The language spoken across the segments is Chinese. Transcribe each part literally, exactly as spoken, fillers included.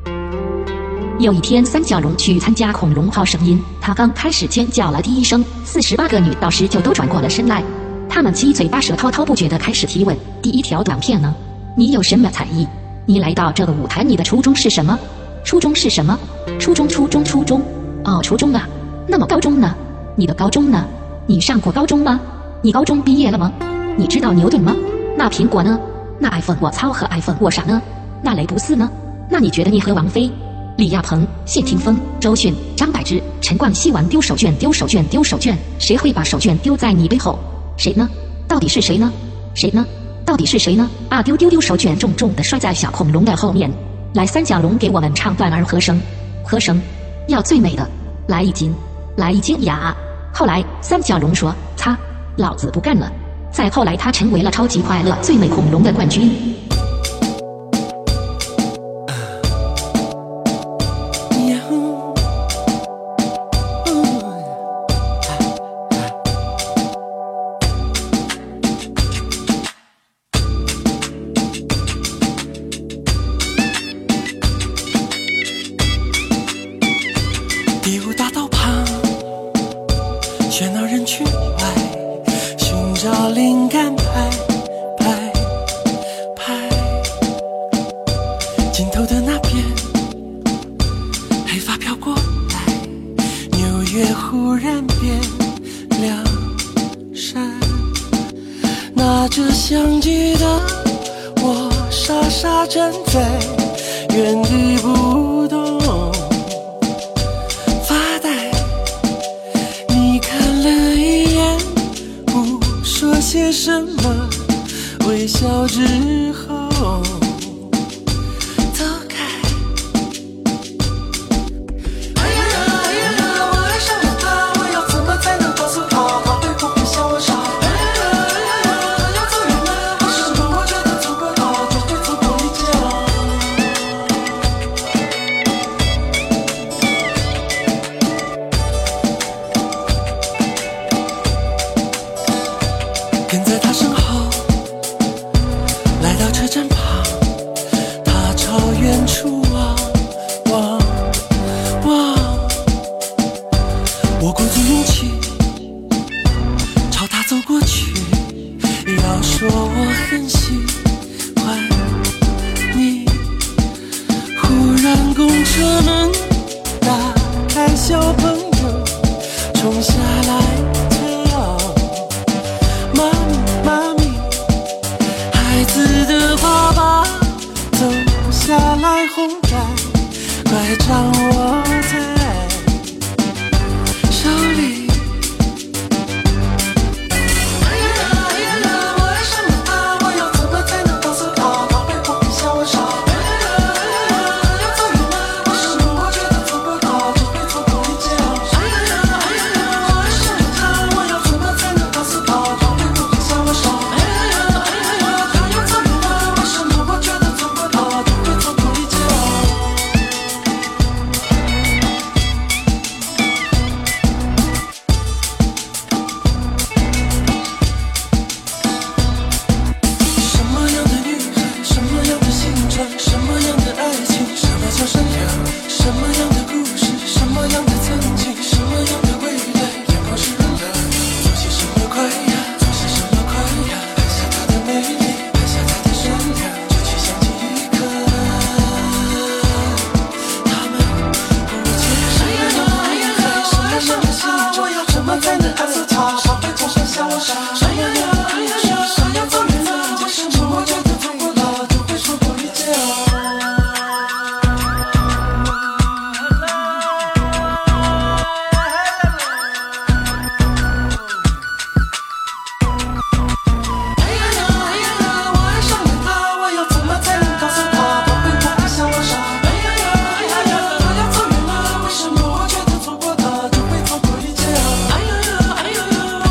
有一天，三角龙去参加恐龙好声音，他刚开始尖叫了第一声，四十八个女导师就都转过了身来，她们七嘴八舌滔滔不绝地开始提问：第一条短片呢？你有什么才艺？你来到这个舞台，你的初衷是什么？初衷是什么？初中初中初中哦，初中啊。那么高中呢？你的高中呢？你上过高中吗？你高中毕业了吗？你知道牛顿吗？那苹果呢？那 iPhone 我操和 iPhone 我啥呢？那雷布斯呢？那你觉得你和王菲、李亚鹏、谢霆锋、周迅、张柏芝、陈冠希玩丢手绢丢手绢丢手绢，谁会把手绢丢在你背后？谁呢？到底是谁呢？谁呢？到底是谁呢？啊，丢丢丢手绢重重地摔在小恐龙的后面。来，三角龙给我们唱段儿和声，和声要最美的，来一斤，来一斤呀！后来三角龙说：“擦，老子不干了。”再后来，他成为了超级快乐最美恐龙的冠军。 第五大道旁，喧闹人群外，寻找灵感，拍拍拍。尽头的那边，黑发飘过来，纽约忽然变亮闪。拿着相机的我，傻傻站在原地不动。些什么？微笑之后走开。哎呀呀，哎呀呀，我爱上了他，我要怎么才能告诉他，他会不会笑我傻？哎呀呀，哎呀呀，他要走远了，为什么我觉得错过他，绝对错过一切啊？跟在他身后，来到车站旁，他朝远处望望望。我鼓足勇气朝他走过去，要说我很喜欢你。忽然公车门打开，小朋友冲下来跳。妈咪妈咪，孩子的爸爸走下来哄带，拐杖握在手里。哎呀呀，哎呀呀，我爱上了他，我要怎么才能告诉他，他会不会笑我傻？哎呀呀，哎呀呀，他要走远了，为什么我觉得错过他，只会错过一切啊？哎呀呀，哎呀呀，我爱上了他，我要怎么才能告诉他，他会不会笑我傻？哎呀呀，哎呀呀，他要走远了，为什么我觉得错过他，只会错过一切啊？什么样的女孩，什么样的形状，什么样的爱情，什么叫善良？什么样的故事，什么样的曾经，什么样的未来，眼光是人的，做些什么快呀，做些什么快呀，拍下她的美丽，拍下她的善良，就去想起一刻，他们不接受。哎呀呀，哎呀呀，我爱上了他，我要怎么才能告诉他，他会总是笑我傻？哎呀呀，哎呀呀，他要走远了，为什么我觉得错过他，就会错过一切啊？哎呀呀，哎呀呀，我爱上了他，我要怎么才能告诉他，他会不会笑我傻？哎呀呀，哎呀呀，他要走远了，为什么我觉得错过他，就会错过一切啊？哎呀呀，哎呀呀。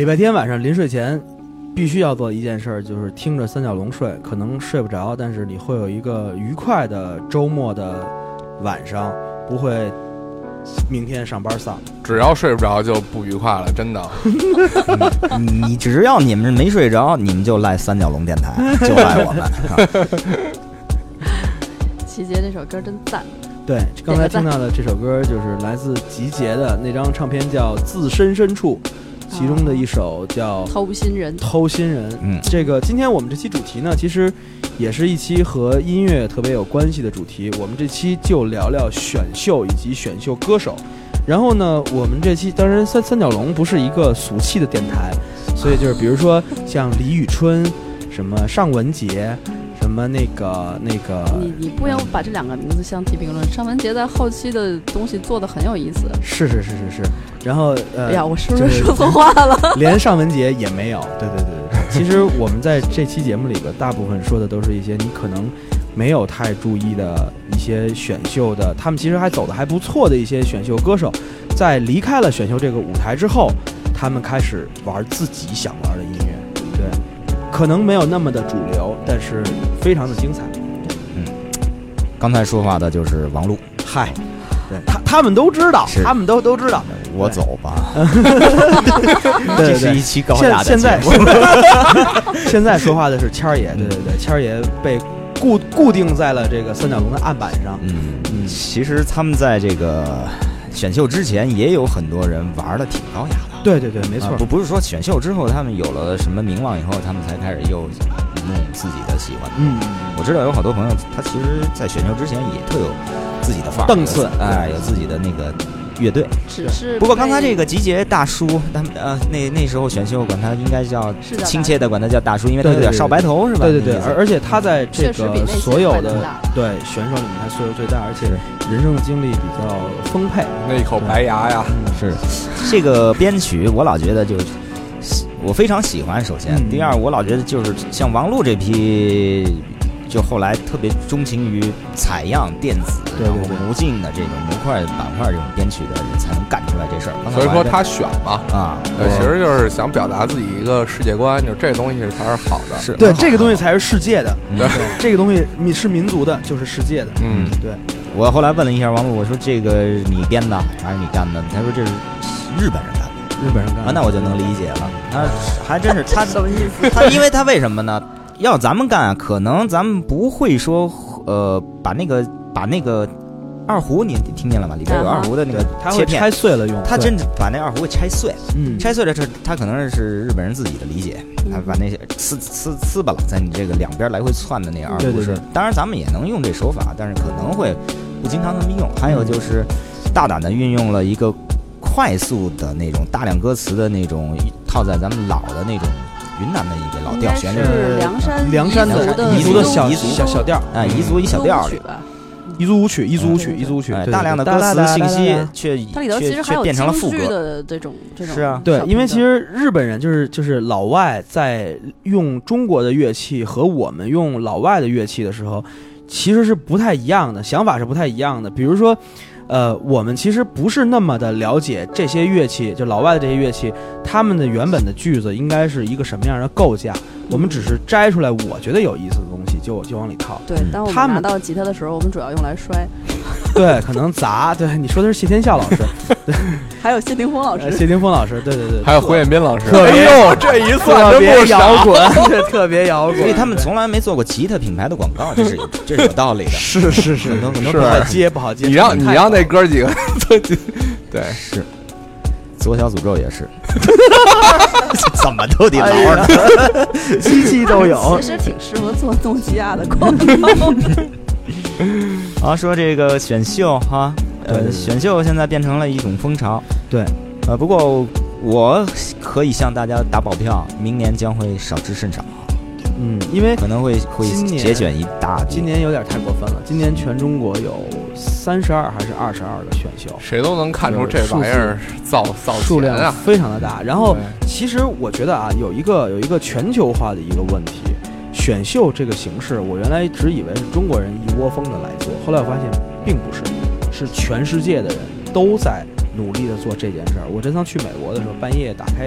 礼拜天晚上临睡前必须要做一件事，就是听着三角龙睡，可能睡不着，但是你会有一个愉快的周末的晚上，不会明天上班丧。 只要睡不着就不愉快了，真的。 你你只要你们没睡着，你们就赖三角龙电台，就赖我们。 齐杰这首歌真赞。 对，刚才听到的这首歌就是来自集结的那张唱片叫《自深深处》，其中的一首叫《 偷心人》。 偷心人，嗯，这个今天我们这期主题呢，其实也是一期和音乐特别有关系的主题。我们这期就聊聊选秀以及选秀歌手。然后呢，我们这期当然三三角龙不是一个俗气的电台，所以就是比如说像李宇春、什么尚雯婕。什么那个那个， 你你不要把这两个名字相提并论。尚雯婕在后期的东西做得很有意思。 是是是是是。然后呃， 哎呀，我是不是说错话了？ 连尚雯婕也没有。对对对对。其实我们在这期节目里边，大部分说的都是一些你可能没有太注意的一些选秀的，他们其实还走得还不错的一些选秀歌手，在离开了选秀这个舞台之后，他们开始玩自己想玩的音乐。对。可能没有那么的主流，但是非常的精彩。 嗯，刚才说话的就是王璐。 嗨，对他他们都知道，他们都都知道。 我走吧。 这是一期高雅的现在现在说话的是谦儿爷，对对对，谦儿爷被固固定在了这个三角龙的案板上。 嗯嗯，其实他们在这个选秀之前也有很多人玩的挺高雅的。 对对对，没错、 啊、不不是说选秀之后他们有了什么名望以后，他们才开始又弄自己的喜欢的。 嗯， 我知道有好多朋友，他其实在选秀之前也特有自己的范儿， 档次， 哎，有自己的那个乐队。 只是不过刚才这个集结大叔，他们呃那那时候选秀管他应该叫亲切的管他叫大叔，因为他有点少白头是吧？ 对对对，而而且他在这个所有的对选手里面他岁数最大，而且人生的经历比较丰沛， 那一口白牙呀。 是这个编曲，我老觉得就我非常喜欢。首先，嗯、第二，我老觉得就是像王璐这批，就后来特别钟情于采样电子， 对对对， 然后模镜的这种模块板块这种编曲的人才能干出来这事儿。 所以说他选嘛啊， 对，其实就是想表达自己一个世界观，就这东西才是好的。 是对，这个东西才是世界的。对，这个东西你是民族的，就是世界的。 嗯， 对。 我后来问了一下王璐，我说这个你编的还是你干的？他说这是日本人干的， 日本人干的。 啊，那我就能理解了。他还真是他什么意思？他因为他为什么呢？要咱们干，可能咱们不会说呃把那个把那个二胡你听见了吗？里边有二胡的那个切片， 拆碎了用。 他真把那二胡给拆碎， 嗯， 拆碎了这他可能是日本人自己的理解，他把那些呲呲呲吧了，在你这个两边来回窜的那个二胡声。当然咱们也能用这手法，但是可能会不经常那么用。还有就是大胆的运用了一个快速的那种大量歌词的那种套在咱们老的那种云南的一个老调旋律， 是凉山凉山的彝族的小小小调， 哎，彝族一小调里。 彝族舞曲，彝族舞曲，彝族舞曲， 大量的歌词信息却它里头其实还有变成了副歌的这种这种。 是啊， 对，因为其实日本人就是就是老外在用中国的乐器和我们用老外的乐器的时候，其实是不太一样的，想法是不太一样的。比如说，呃，我们其实不是那么的了解这些乐器，就老外的这些乐器，他们的原本的句子应该是一个什么样的构架，我们只是摘出来我觉得有意思的东西就就往里套。 对，当我们拿到吉他的时候，我们主要用来摔。 对，可能砸。对，你说的是谢天笑老师，对， 还有谢霆锋老师， 谢霆锋老师，对对对， 还有胡彦斌老师。 哎呦，这一算特别摇滚，这特别摇滚。 所以他们从来没做过吉他品牌的广告，这是有这是有道理的。 是是是， 很多很多不好接，不好接。 你让你让那哥几个，对， 是。左小诅咒也是，怎么都得捞着， 七期都有。 其实挺适合做诺基亚的广告。 啊，说这个选秀哈，呃，选秀现在变成了一种风潮。 对， 呃，不过我可以向大家打保票，明年将会少之甚少。 嗯，因为可能会会节选一大批。 今年有点太过分了，今年全中国有三十二还是二十二个选秀， 谁都能看出这玩意儿造造数量非常的大。然后，其实我觉得啊，有一个有一个全球化的一个问题，选秀这个形式，我原来只以为是中国人一窝蜂的来做，后来我发现并不是，是全世界的人都在努力的做这件事儿。我这趟去美国的时候，半夜打开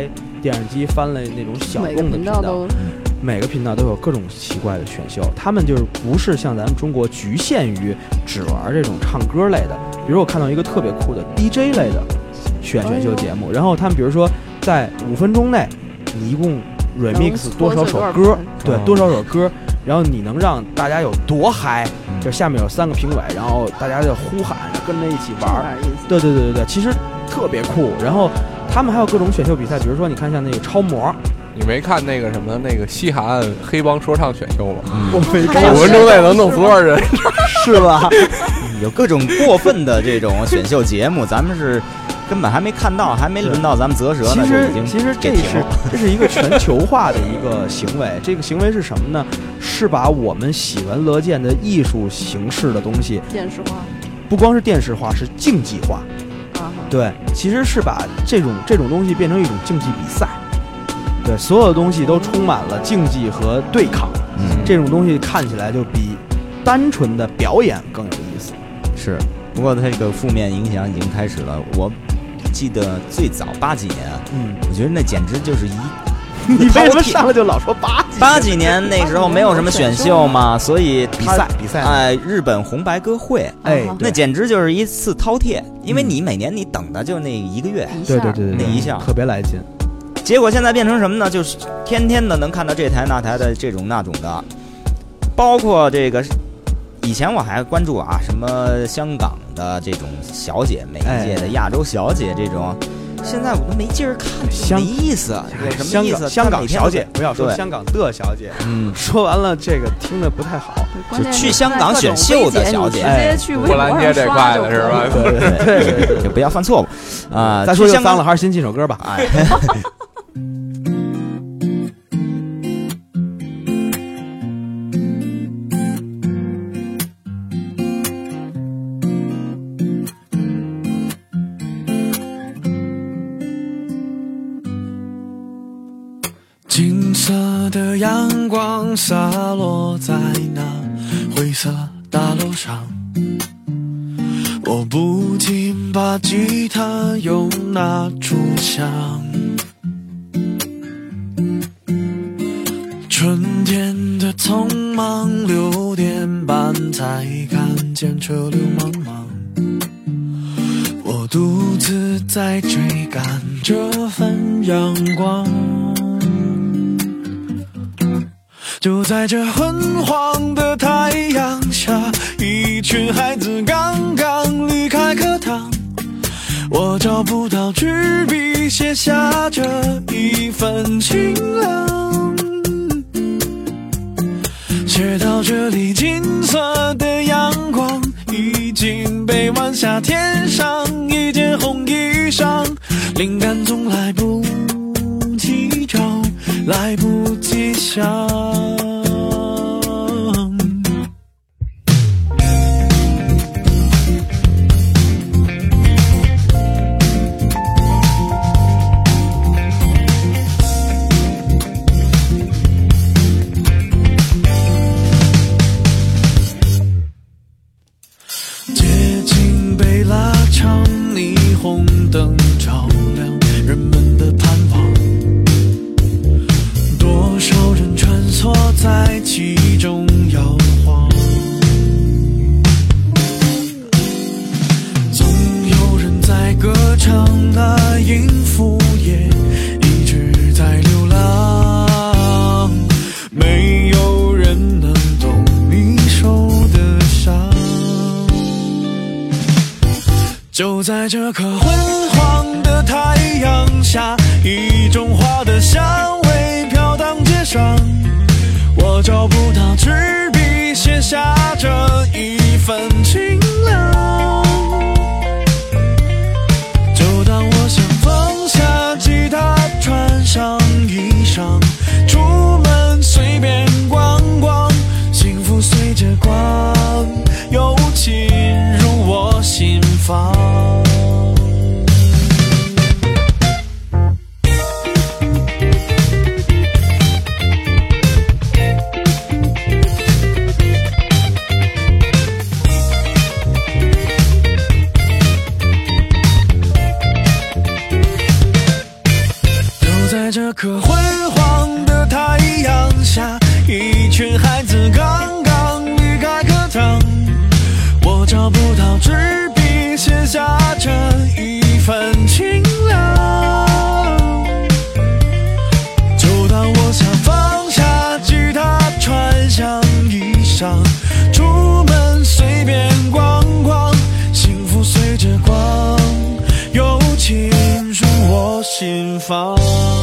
电视机翻了那种小众的频道， 每个频道都每个频道都有各种奇怪的选秀，他们就是不是像咱们中国局限于只玩这种唱歌类的。比如我看到一个特别酷的 D J 类的选选秀节目，然后他们比如说在五分钟内，你一共 remix 多少首歌，对，多少首歌，然后你能让大家有多嗨，就下面有三个评委，然后大家就呼喊着跟着一起玩，对对对对对，其实特别酷。然后他们还有各种选秀比赛，比如说你看像那个超模。 你没看那个什么那个西海岸黑帮说唱选秀吗？ 嗯、我没看。 五分钟内能弄所有人， 是吧？ 有各种过分的这种选秀节目，咱们是根本还没看到，还没轮到咱们啧舌呢， 其实已经其实这是这是一个全球化的一个行为。这个行为是什么呢？是把我们喜闻乐见的艺术形式的东西电视化， 不光是电视化，是竞技化。 啊、 对，其实是把这种这种东西变成一种竞技比赛。对，所有的东西都充满了竞技和对抗，嗯，这种东西看起来就比单纯的表演更有意思。 是，不过它这个负面影响已经开始了。我记得最早八几年，嗯，我觉得那简直就是一， 你为什么上来就老说八几？ 八几年那时候没有什么选秀嘛，所以比赛比赛， 哎，日本红白歌会， 哎， 那简直就是一次饕餮，因为你每年你等的就那一个月， 对对对对， 那一项特别来劲。 结果现在变成什么呢？就是天天的能看到这台那台的这种那种的，包括这个，以前我还关注啊，什么香港的这种小姐，每一届的亚洲小姐这种，哎、现在我都没劲儿看，没意思，有什么意思？ 香港小姐，不要说香港的小姐，嗯，说完了这个听着不太好， 就去香港选秀的小姐， 直接去波兰街这块的是吧？ 对对对对， 就不要犯错误啊！ 再说就脏了，还是先进首歌吧，哎。 金色的阳光洒落在那灰色大楼上，我不禁把吉他又拿出响。春天的匆忙，六点半才看见车流茫茫，我独自在追赶这份阳光。就在这昏黄的太阳下，一群孩子刚刚离开课堂，我找不到纸笔写下这一份清凉，写到这里金色的阳光已经被晚霞添上一件红衣裳，灵感总来不及找，来不及想。街景被拉长，霓虹灯照亮人们的盼望，多少人穿梭在其中摇晃，总有人在歌唱，那音符也一直在流浪，没有人能懂你受的伤。就在这颗昏黄的太阳下，一种花的香味飘荡街上，我找不到纸笔写下这一份清凉，就当我想放下吉他，穿上衣裳，出门随便逛逛，幸福随着光又侵入我心房。 找不到纸笔写下这一份清凉，就当我想放下吉他，穿上衣裳，出门随便逛逛，幸福随着光又侵入我心房。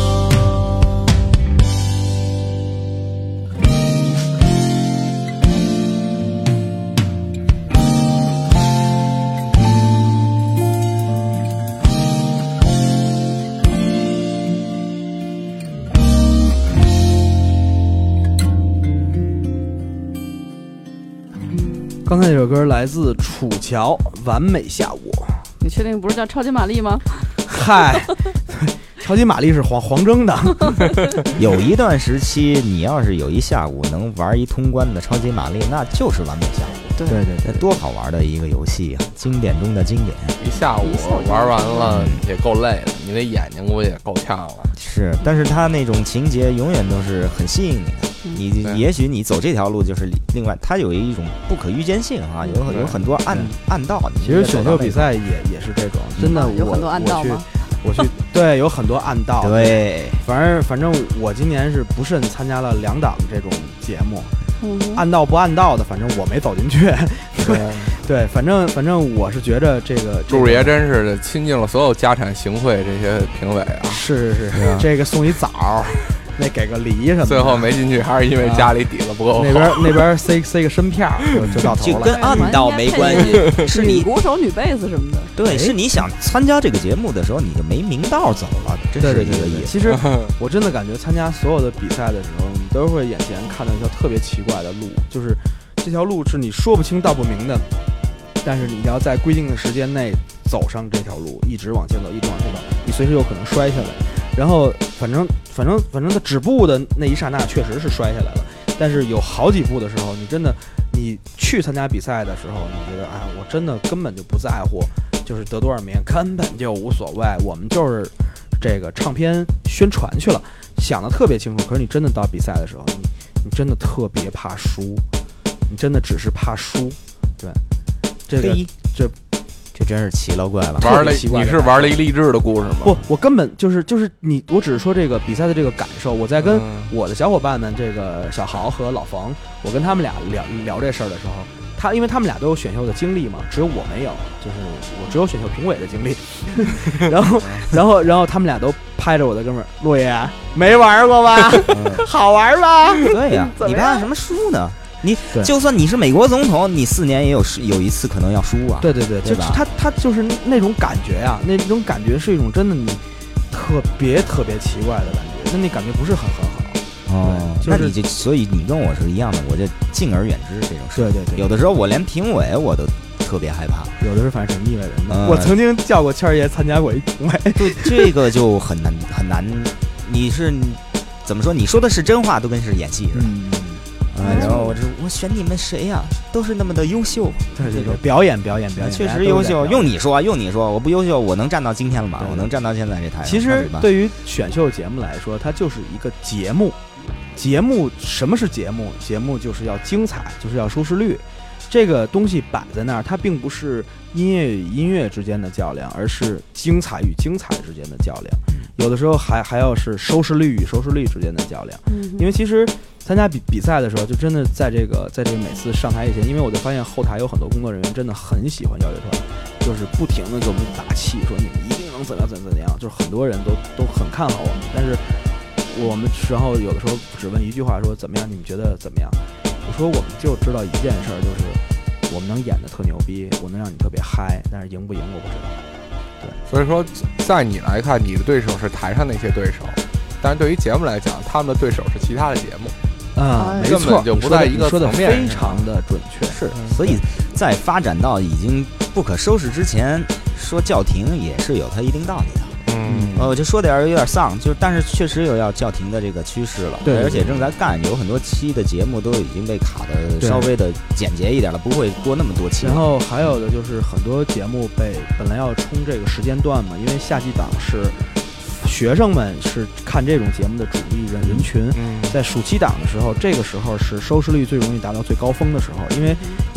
刚才这首歌来自楚乔，《完美下午》。 你确定不是叫超级玛丽吗？ 嗨，超级玛丽是黄黄峥的。 有一段时期，你要是有一下午能玩一通关的超级玛丽，那就是完美下午。 对对对那多好玩的一个游戏啊！经典中的经典。 一下午玩完了也够累的，你的眼睛估计也够呛了。 是，但是它那种情节永远都是很吸引你的。你也许你走这条路就是另外，它有一种不可预见性啊，有有很多暗暗道。 其实选秀比赛也也是这种，真的， 有很多暗道吗？ 我去，对，有很多暗道。 对， 反正反正我今年是不慎参加了两档这种节目， 嗯、 暗道不暗道的，反正我没走进去。对对，反正反正我是觉着这个柱爷真是亲近了所有家产行贿这些评委啊。 是是是，这个送一枣。那给个梨什么的， 最后没进去，还是因为家里底子不够好。 那边那边塞塞个身票就就到头了， 就跟暗道没关系。是你鼓手、女贝斯什么的。 对，是你想参加这个节目的时候，你就没明道走了，这是一个意思。 其实我真的感觉参加所有的比赛的时候，你都会眼前看到一条特别奇怪的路，就是这条路是你说不清道不明的，但是你要在规定的时间内走上这条路，一直往前走，一直往前走，你随时有可能摔下来。然后反正反正反正他止步的那一刹那确实是摔下来了，但是有好几步的时候，你真的你去参加比赛的时候，你觉得哎，我真的根本就不在乎，就是得多少名根本就无所谓，我们就是这个唱片宣传去了，想得特别清楚。可是你真的到比赛的时候，你你真的特别怕输，你真的只是怕输。对，这个这。 这真是奇了怪了， 玩了你是玩了一励志的故事吗？ 不，我根本就是就是你，我只是说这个比赛的这个感受。我在跟我的小伙伴们，这个小豪和老冯，我跟他们俩聊聊这事儿的时候，他因为他们俩都有选秀的经历嘛，只有我没有，就是我只有选秀评委的经历。然后然后然后他们俩都拍着我的哥们儿，陆爷没玩过吧？好玩吧？ 对呀、啊，你怕什么输呢？你就算你是美国总统，你四年也有有一次可能要输啊。 对对对， 对吧？ 他他就是那种感觉呀、啊，那种感觉是一种真的你特别特别奇怪的感觉，那那感觉不是很很好。 哦，就是、那你就所以你跟我是一样的，我就敬而远之这种事。 对对对， 有的时候我连评委我都特别害怕， 有的是反正神秘的人的、嗯。我曾经叫过谦儿爷参加过一评委， 对这个就很难很难。你是怎么说？你说的是真话，都跟是演戏似的。嗯。啊，然后我就我选你们谁呀、啊？都是那么的优秀， 对对对，表演表演表演， 确实优秀。用你说，用你说，我不优秀，我能站到今天了吗？我能站到现在这台上。 其实对于选秀节目来说，它就是一个节目。节目什么是节目？节目就是要精彩，就是要收视率。这个东西摆在那儿，它并不是音乐与音乐之间的较量，而是精彩与精彩之间的较量。有的时候还还要是收视率与收视率之间的较量。因为其实参加比比赛的时候，就真的在这个在这个每次上台以前，因为我就发现后台有很多工作人员真的很喜欢摇乐团，就是不停的给我们打气，说你们一定能怎样怎样怎样，就是很多人都都很看好我们。但是我们然后有的时候只问一句话，说怎么样？你们觉得怎么样？我说我们就知道一件事儿，就是我们能演得特牛逼，我能让你特别嗨，但是赢不赢我不知道。对， 所以说在你来看，你的对手是台上那些对手，但是对于节目来讲，他们的对手是其他的节目。 啊、嗯，没错，就不在一个层面， 非常的准确。 是，所以在发展到已经不可收拾之前，说叫停也是有它一定道理的。嗯，呃，我就说点有点丧，就但是确实有要叫停的这个趋势了。 对， 而且正在干，有很多期的节目都已经被卡的稍微的简洁一点了，不会播那么多期。 然后还有的就是很多节目被本来要冲这个时间段嘛，因为夏季档是。学生们是看这种节目的主力人人群，在暑期档的时候，这个时候是收视率最容易达到最高峰的时候，因为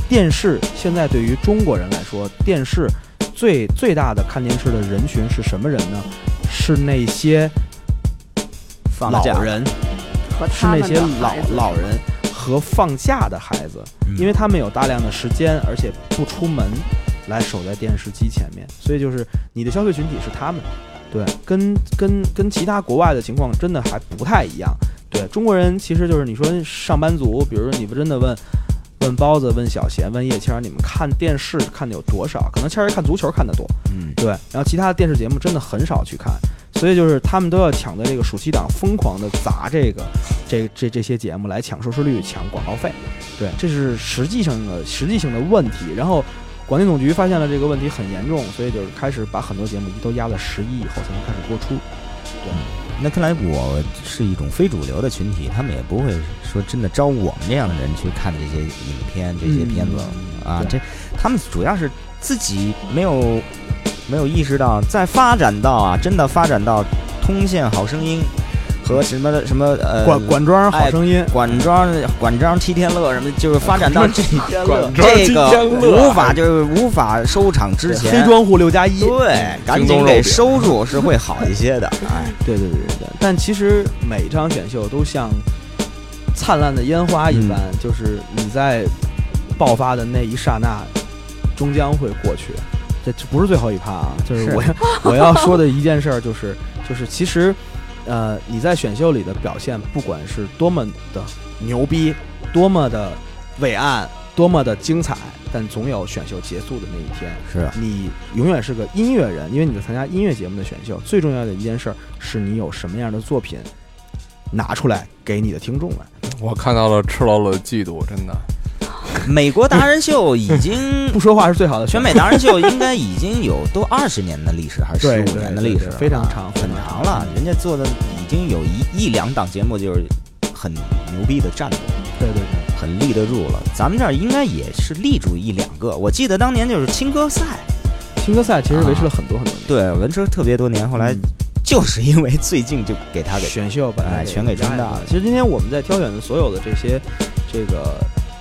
电视现在对于中国人来说，电视最最大的看电视的人群是什么人呢？是那些老人，是那些老老人和放假的孩子， 嗯、 因为他们有大量的时间，而且不出门来守在电视机前面，所以就是你的消费群体是他们。对，跟跟跟其他国外的情况真的还不太一样。对，中国人其实就是你说上班族，比如说你不真的问问包子、问小贤、问叶谦，你们看电视看的有多少？可能谦儿看足球看得多， 嗯， 对。然后其他的电视节目真的很少去看，所以就是他们都要抢在这个暑期档疯狂的砸这个这这这些节目来抢收视率、抢广告费。对，这是实际上的实际性的问题。然后广电总局发现了这个问题很严重，所以就是开始把很多节目都压在十一以后才能开始播出。对。 那看来我是一种非主流的群体，他们也不会说真的招我们这样的人去看这些影片、这些片子、嗯、啊。这他们主要是自己没有没有意识到，在发展到啊，真的发展到通县好声音和什么什么呃管管庄好声音、 哎、管庄管庄七天乐什么，就是发展到这管这个无法就是无法收场之前， 黑庄户六加一， 对，赶紧给收住是会好一些的。哎， 对对对对对。但其实每场选秀都像灿烂的烟花一般，嗯、就是你在爆发的那一刹那，终将会过去。这不是最后一趴啊，就是我要我要说的一件事儿，就是就是其实。呃，你在选秀里的表现，不管是多么的牛逼，多么的伟岸，多么的精彩，但总有选秀结束的那一天。 是啊， 你永远是个音乐人，因为你在参加音乐节目的选秀，最重要的一件事是你有什么样的作品拿出来给你的听众们。 我看到了赤裸裸的嫉妒，真的。 美国达人秀已经不说话是最好的。 全美达人秀应该已经有都二十年的历史，还是十五年的历史， 非常长， 很长了。人家做的已经有一一两档节目就是很牛逼的战斗， 对对对， 很立得住了。咱们这儿应该也是立住一两个。我记得当年就是青歌赛， 青歌赛其实维持了很多很多年， 啊、对，维持了特别多年。后来就是因为最近就给他给选秀把它哎全给撑大了。 其实今天我们在挑选的所有的这些这个。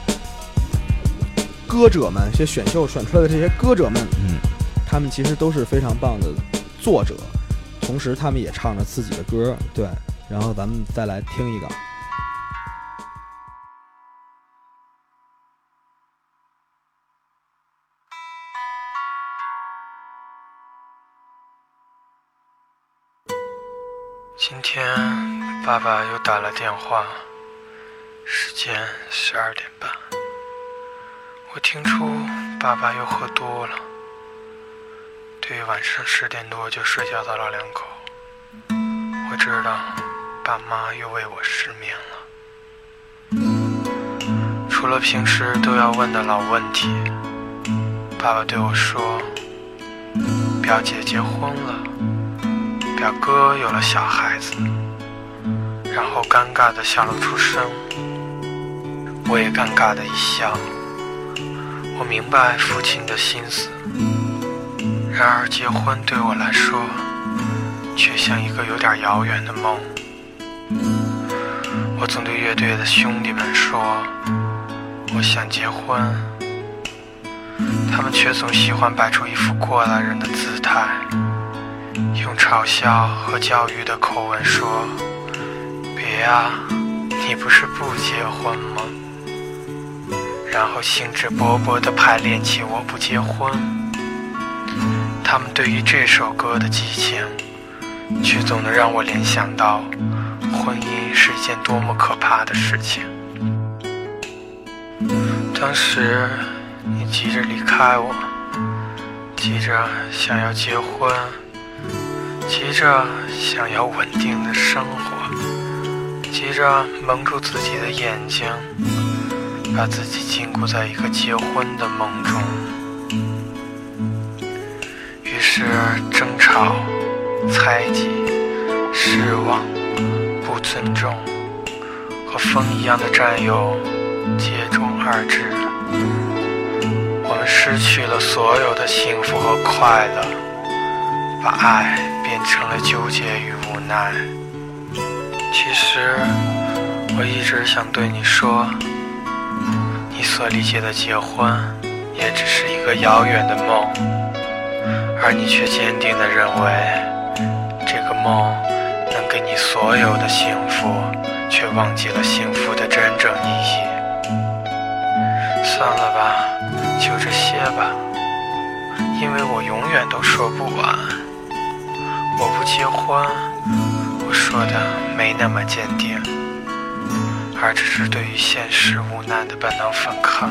歌者们，这些选秀选出来的这些歌者们， 嗯， 他们其实都是非常棒的作者，同时他们也唱着自己的歌，对。然后咱们再来听一个。 今天爸爸又打了电话，时间十二点半。我听出爸爸又喝多了，对于晚上十点多就睡觉的老两口，我知道爸妈又为我失眠了。除了平时都要问的老问题，爸爸对我说，表姐结婚了，表哥有了小孩子，然后尴尬地笑了出声，我也尴尬地一笑。我明白父亲的心思，然而结婚对我来说却像一个有点遥远的梦。我总对乐队的兄弟们说我想结婚，他们却总喜欢摆出一副过来人的姿态，用嘲笑和教育的口吻说，别啊，你不是不结婚吗？然后兴致勃勃地排练起我不结婚。他们对于这首歌的激情，却总能让我联想到婚姻是一件多么可怕的事情。当时你急着离开我，急着想要结婚，急着想要稳定的生活，急着蒙住自己的眼睛，把自己禁锢在一个结婚的梦中。于是争吵、猜忌、失望、不尊重和风一样的占有接踵而至，我们失去了所有的幸福和快乐，把爱变成了纠结与无奈。其实我一直想对你说，你所理解的结婚也只是一个遥远的梦，而你却坚定地认为这个梦能给你所有的幸福，却忘记了幸福的真正意义。算了吧，就这些吧，因为我永远都说不完。我不结婚，我说的没那么坚定，而只是对于现实无奈的本能反抗。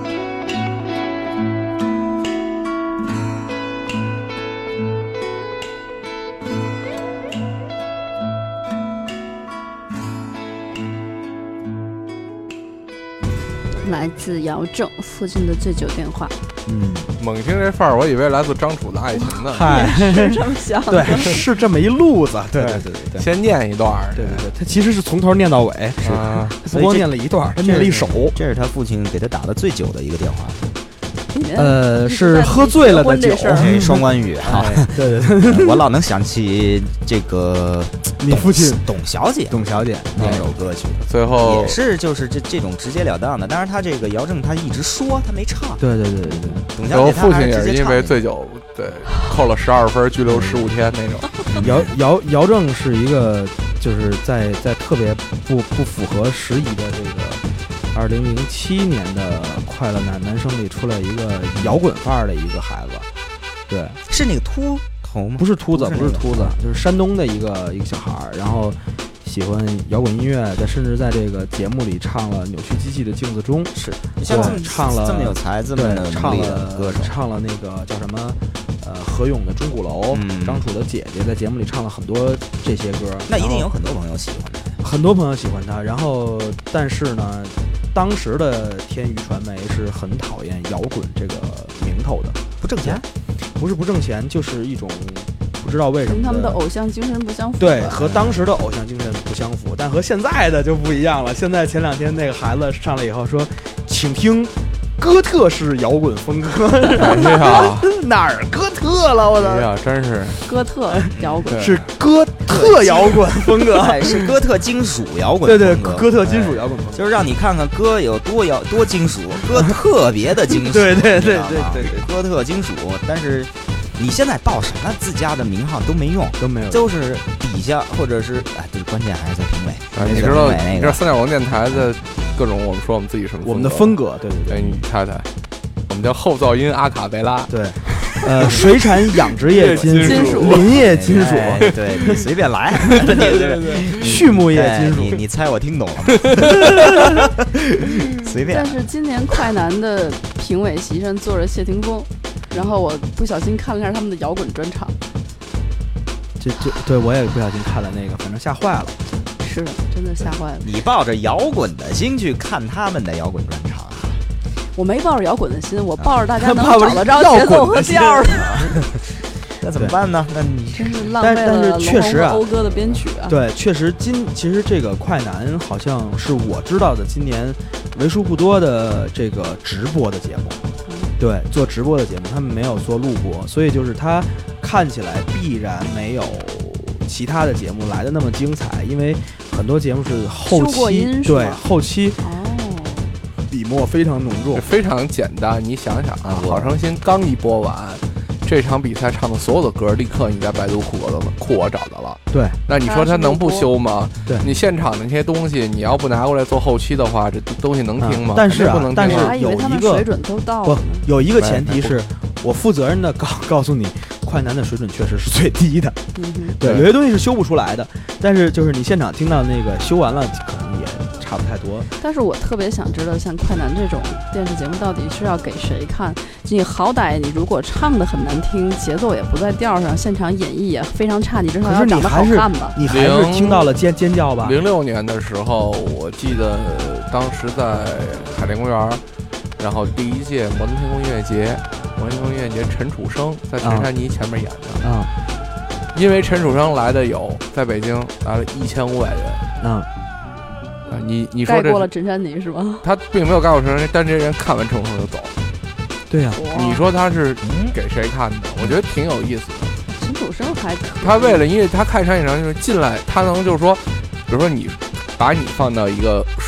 来自姚正附近的醉酒电话。 嗯， 猛听这范儿，我以为来自张楚的爱情呢。 嗨， 是这么想的。 对，是这么一路子。对对对对， 先念一段儿。 对对对，他其实是从头念到尾， 是啊， 不光念了一段，他念了一首。 这是他父亲给他打的醉酒的一个电话。 呃，是喝醉了的酒， 哎，双关语哈。 对对对， 我老能想起这个你父亲董小姐， 董小姐那首歌曲， 最后也是就是这这种直截了当的。当然，他这个姚正他一直说他没唱。 对对对对对， 董小姐父亲也是因为醉酒，对，扣了十二分，拘留十五天那种。 姚姚姚正是一个就是在在特别不不符合时宜的这个。二零零七年的快乐男男生里出来一个摇滚范儿的一个孩子，对， 是那个秃头吗？ 不是秃子，不是秃子，就是山东的一个一个小孩儿，然后喜欢摇滚音乐，在甚至在这个节目里唱了《扭曲机器的镜子中》， 是，你像唱了这么有才，这么唱了歌手， 唱了那个叫什么？呃，何勇的《钟鼓楼》， 嗯， 张楚的姐姐在节目里唱了很多这些歌， 那一定有很多朋友喜欢他， 很多朋友喜欢他。然后，但是呢，当时的天娱传媒是很讨厌摇滚这个名头的， 不挣钱， 不是不挣钱，就是一种不知道为什么跟他们的偶像精神不相符。 对，和当时的偶像精神不相符，但和现在的就不一样了。现在前两天那个孩子上来以后说，请听。哥特式摇滚风格， 哎呀， 哪儿哥特了？我操！ 哎呀，真是哥特摇滚， 是哥特摇滚风格， 哎，是哥特金属摇滚。 对对，哥特金属摇滚风格， 就是让你看看哥有多摇多金属，哥特别的金属。 对对对对对对， 哥特金属。但是你现在报什么自家的名号都没用， 都没有， 都是底下或者是哎，对，关键还是在评委。 啊，你知道你知道三角龙电台的。各种我们说我们自己什么我们的风格，对对对， 哎，你猜猜，我们叫后噪音阿卡贝拉， 对，呃，水产养殖业金属， 林业金属， 哎、对你随便来，对对对， 畜牧业金属， 你你猜我听懂了吗？随便。 但是今年快男的评委席上坐着谢霆锋，然后我不小心看了一下他们的摇滚专场， 这这对我也不小心看了那个，反正吓坏了。 是的，真的吓坏了。 你抱着摇滚的心去看他们的摇滚专场， 我没抱着摇滚的心，我抱着大家能找得着节奏和调的。 那怎么办呢？那你真是浪费了龙红和讴歌的编曲啊！ 对，确实今其实这个快男好像是我知道的今年为数不多的这个直播的节目。 嗯、 对，做直播的节目，他们没有做录播，所以就是他看起来必然没有其他的节目来的那么精彩，因为很多节目是后期，对后期哦， 笔墨非常浓重， 非常简单。你想想啊，好声音刚一播完，这场比赛唱的所有的歌，立刻你在百度库我库我找到了。 对， 那你说他能不修吗？ 对， 你现场的那些东西，你要不拿过来做后期的话，这东西能听吗？ 但是、啊、 不能听。 但是有一个水准都到了， 不有一个前提是，我负责任的告告诉你。快男的水准确实是最低的， 嗯、 对，有些东西是修不出来的，但是就是你现场听到那个修完了，可能也差不太多。 但是我特别想知道，像快男这种电视节目到底是要给谁看？你好歹你如果唱得很难听，节奏也不在调上，现场演绎也非常差，你至少要长得好看吧？ 你还是听到了尖尖叫吧？ 零六年的时候，我记得当时在海淀公园，然后第一届摩登天空音乐节。摩登天空音乐节，陈楚生在陈珊妮前面演的啊、 嗯，因为陈楚生来的有在北京来了一千五百人， 嗯， 啊，你你说这盖过了陈珊妮是吗？ 他并没有盖过陈珊妮，但这些人看完陈楚生就走。 对呀、 啊，你说他是给谁看的？我觉得挺有意思的。 陈楚生还可以， 他为了因为他看上一场就是进来，他能就是说，比如说你把你放到一个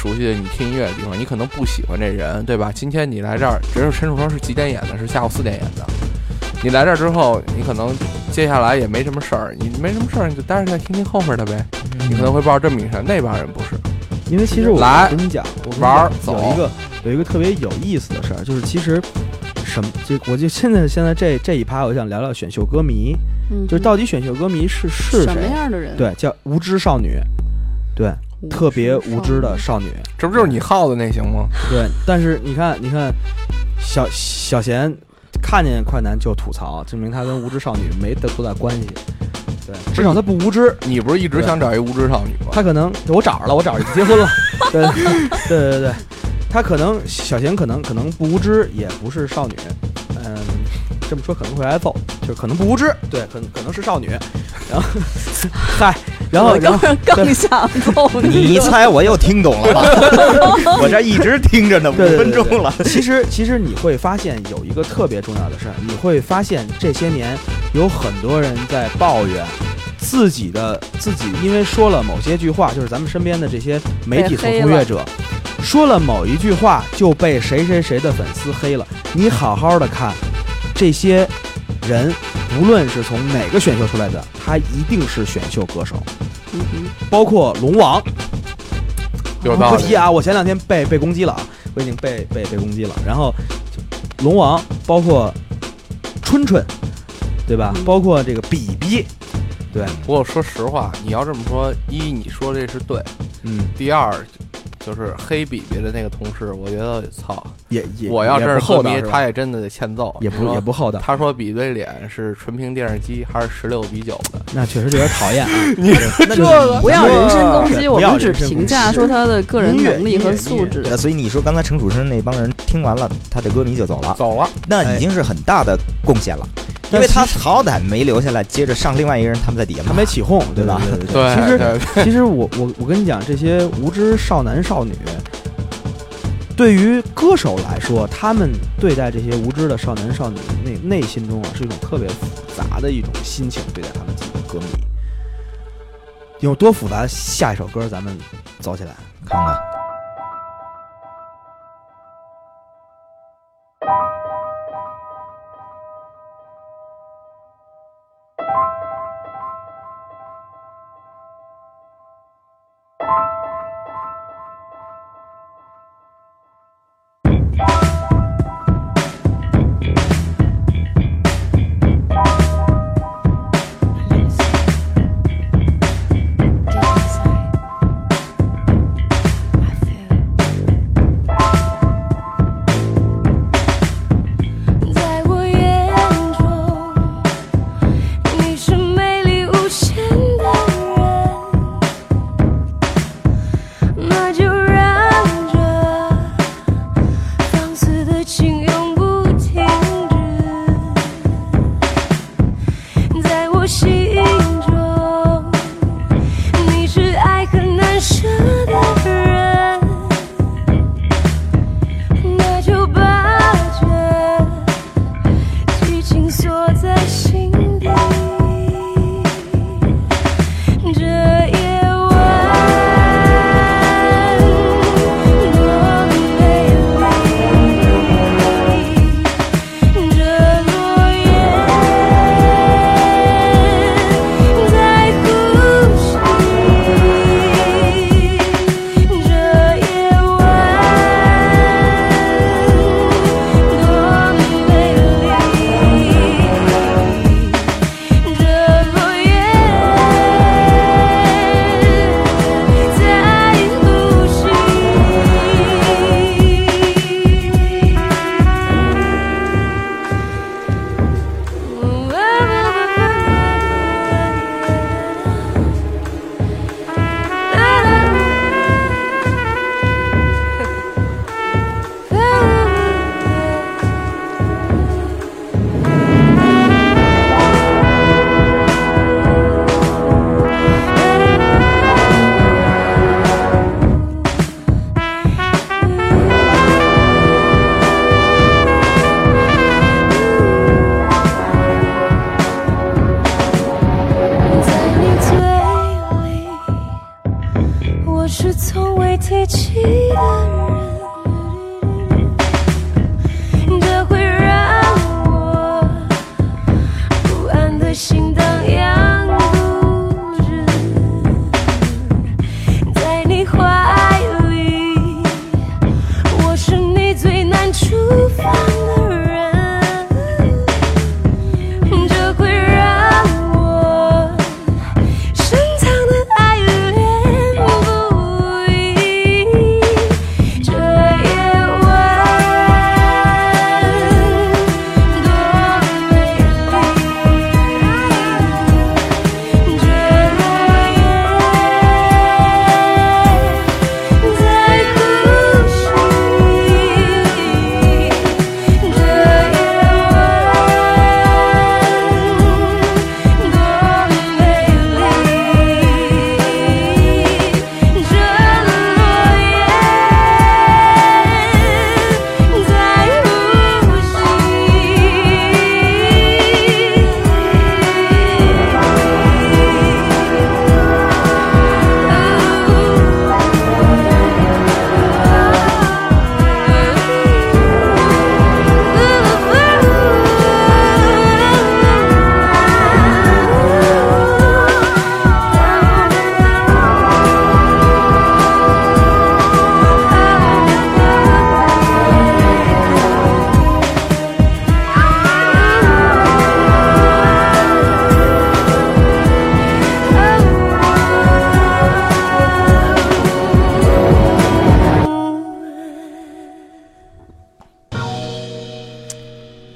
熟悉的你听音乐的地方，你可能不喜欢这人，对吧？今天你来这儿，只是陈楚生是几点演的？是下午四点演的。你来这儿之后，你可能接下来也没什么事儿，你没什么事儿，你就待着再听听后面的呗。你可能会抱这么一声，那帮人不是。 因为其实我来跟你讲，我跟你玩讲有一个有一个特别有意思的事儿，就是其实什么，就我就现在现在这这一趴，我想聊聊选秀歌迷， 嗯， 就是到底选秀歌迷是是什么谁？ 样的人？ 对，叫无知少女，对，特别无知的少女， 这不就是你耗的那行吗？ 对，但是你看，你看小小贤看见快男就吐槽，证明他跟无知少女没得多大关系。对，至少他不无知。 你不是一直想找一无知少女吗？ 他可能我找着了，我找着结婚了。对对对对，他可能小贤可能可能不无知，也不是少女。嗯，这么说可能会挨揍，就是可能不无知，对，可能可能是少女。然后，嗨，然后然后更想揍你。 你一猜我又听懂了吧？我这一直听着呢，五分钟了。 对对对对其实其实你会发现有一个特别重要的事儿，你会发现这些年有很多人在抱怨自己的自己，因为说了某些句话，就是咱们身边的这些媒体从从业者说了某一句话就被谁谁谁的粉丝黑了。你好好的看这些人，无论是从哪个选秀出来的，他一定是选秀歌手， 嗯、 包括龙王。 有道理。 不提啊，我前两天被被攻击了啊，我已经被被被攻击了。然后龙王，包括春春，对吧？ 嗯、 包括这个比比，对。 不过说实话，你要这么说，一你说这是对， 嗯。 第二。就是黑比比的那个同事，我觉得操， 也也我要是歌迷， 他也真的得欠揍， 也不也不厚道。 他说比对脸是纯凭电视机还是十六比九的， 那确实有点讨厌啊。 你这个不要人身攻击，我们只评价说他的个人能力和素质。 所以你说刚才程楚生那帮人听完了，他的歌迷就走了， 走了， 那已经是很大的贡献了。因为他好歹没留下来，接着上另外一个人，他们在底下他没起哄，对吧？ 对对对。 其实其实我我我跟你讲，这些无知少男少女，对于歌手来说，他们对待这些无知的少男少女内内心中啊，是一种特别复杂的一种心情对待他们自己的歌迷。有多复杂？下一首歌咱们走起来看看。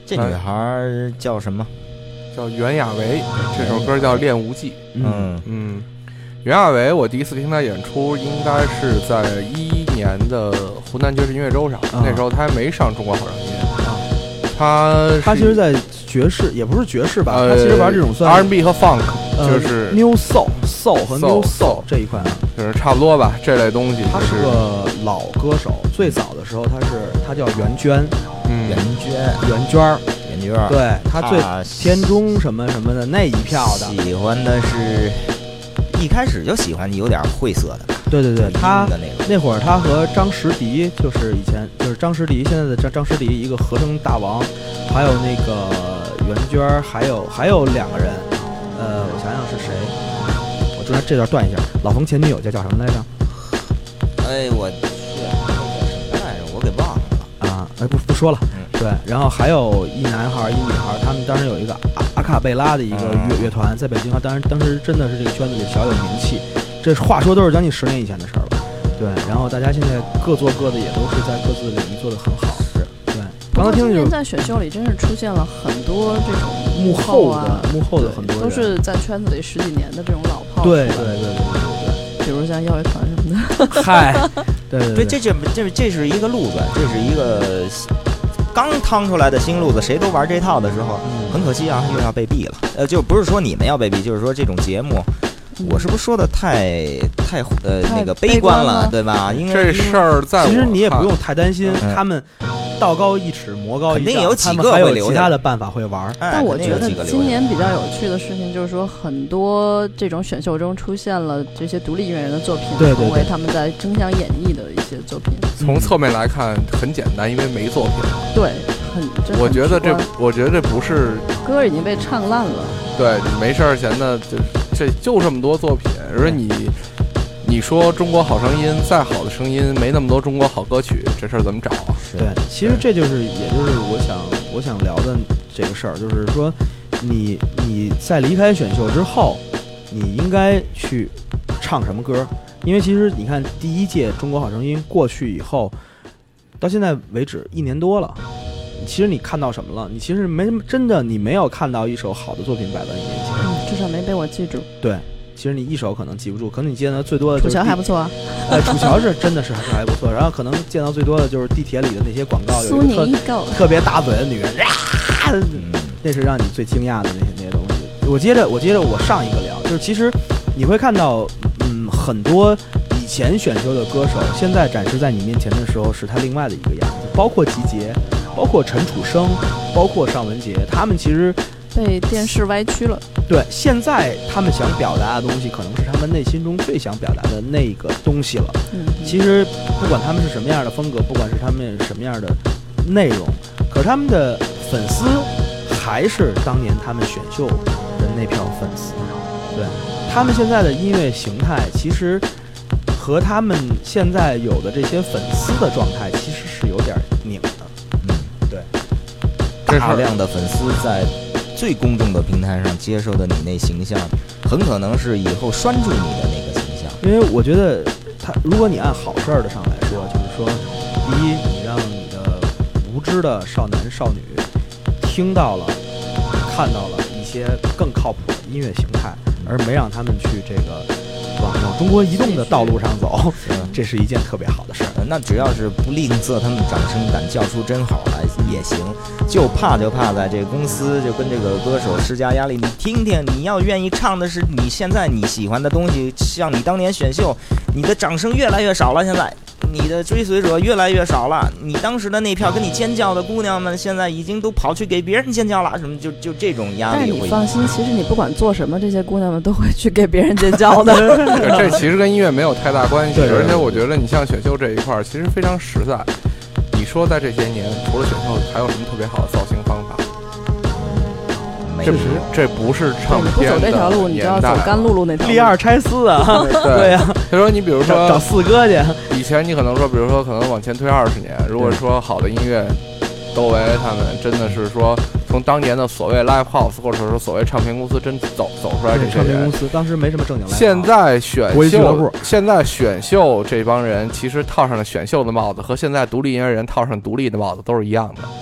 这女孩叫什么？ 叫袁娅维，这首歌叫《恋无忌》。 嗯嗯，袁娅维，我第一次听她演出应该是在一一年的湖南爵士音乐周上， 啊、 那时候她还没上中国好声音。啊，她她其实，在爵士也不是爵士吧， 呃、 她其实玩这种算 R and B 和 Funk，、 呃、 就是 New Soul、Soul 和 New Soul 这一块啊， 就是差不多吧，这类东西。 她是个老歌手，最早的时候她是她叫袁娟， 嗯，袁娟， 袁娟儿。对他最天中什么什么的那一票的， 喜欢的是一开始就喜欢有点晦涩的。 对对对，他那会儿他和张石迪，就是以前就是张石迪现在的张张石迪一个和声大王，还有那个袁娟，还有还有两个人，呃，我想想是谁，我中间这段断一下，老冯前女友叫叫什么来着？ 哎，我去，叫什么来着？我给忘了啊！哎，不不说了。对，然后还有一男孩一女孩，他们当时有一个阿阿卡贝拉的一个乐乐团，在北京，当时当时真的是这个圈子里小有名气。这话说都是将近十年以前的事儿了。对，然后大家现在各做各的，也都是在各自的领域做得很好。是，对。刚才听今天在选秀里真是出现了很多这种幕后的幕后的很多人， 都是在圈子里十几年的这种老炮。 对对对对对对， 比如像耀乐团什么的。 嗨，对对对，这这这这是一个路子，这是一个。刚趟出来的新路子，谁都玩这套的时候，很可惜啊，又要被毙了。呃，就不是说你们要被毙，就是说这种节目，我是不是说的太太呃那个悲观了，对吧？因为这事儿在其实你也不用太担心，他们道高一尺，魔高一丈， 肯定有几个会留下，其他的办法会玩。 但我觉得今年比较有趣的事情就是说，很多这种选秀中出现了这些独立音乐人的作品， 对对对， 成为他们在争相演绎的一些作品。 从侧面来看很简单，因为没作品。 对，很。 我觉得这，我觉得这不是歌已经被唱烂了。 对，没事儿闲的，就这就这么多作品，而你。你说中国好声音再好的声音，没那么多中国好歌曲，这事儿怎么找啊？ 对，其实这就是，也就是我想我想聊的这个事儿，就是说，你你在离开选秀之后，你应该去唱什么歌？因为其实你看，第一届中国好声音过去以后，到现在为止一年多了，其实你看到什么了？你其实没什么，真的你没有看到一首好的作品摆在你面前， 嗯，至少没被我记住。 对。其实你一首可能记不住，可能你见到最多的就是楚乔还不错啊， 哎，楚乔是真的是还不错，然后可能见到最多的就是地铁里的那些广告，有一个特特别大嘴的女人，啊，那是让你最惊讶的那些那些东西。我接着我接着我上一个聊，就是其实你会看到，嗯，很多以前选秀的歌手，现在展示在你面前的时候是他另外的一个样子，包括集结，包括陈楚生，包括尚雯婕，他们其实。 被电视歪曲了。 对，现在他们想表达的东西，可能是他们内心中最想表达的那个东西了。 嗯， 其实不管他们是什么样的风格，不管是他们什么样的内容，可是他们的粉丝还是当年他们选秀的那票粉丝。对，他们现在的音乐形态，其实和他们现在有的这些粉丝的状态，其实是有点拧的。 嗯，对，大量的粉丝在最公众的平台上接受的你那形象，很可能是以后拴住你的那个形象。 因为我觉得他，如果你按好事儿的上来说，就是说，第一，你让你的无知的少男少女听到了、看到了一些更靠谱的音乐形态，而没让他们去这个往往中国移动的道路上走，这是一件特别好的事儿。 那只要是不吝啬他们掌声，敢叫出真好来也行。就怕就怕在这个公司就跟这个歌手施加压力。你听听，你要愿意唱的是你现在你喜欢的东西，像你当年选秀，你的掌声越来越少了，现在你的追随者越来越少了，你当时的那票跟你尖叫的姑娘们，现在已经都跑去给别人尖叫了，什么就就这种压力。 但是你放心，其实你不管做什么，这些姑娘们都会去给别人尖叫的。 这其实跟音乐没有太大关系，而且我觉得你像选秀这一块，其实非常实在。你说在这些年，除了选秀，还有什么特别好的造型方法？这不这不是唱片的年代。 你不走这条路，你就要走甘露露那条路。 立二拆四啊，对呀。 他说你比如说找四哥去， 以前你可能说，比如说可能往前推二十年，如果说好的音乐，窦唯他们真的是说从当年的所谓 live house 或者说所谓唱片公司真走走出来这些人， 唱片公司当时没什么正经来。 现在选秀，现在选秀这帮人其实套上了选秀的帽子，和现在独立音乐人套上独立的帽子都是一样的。 嗯，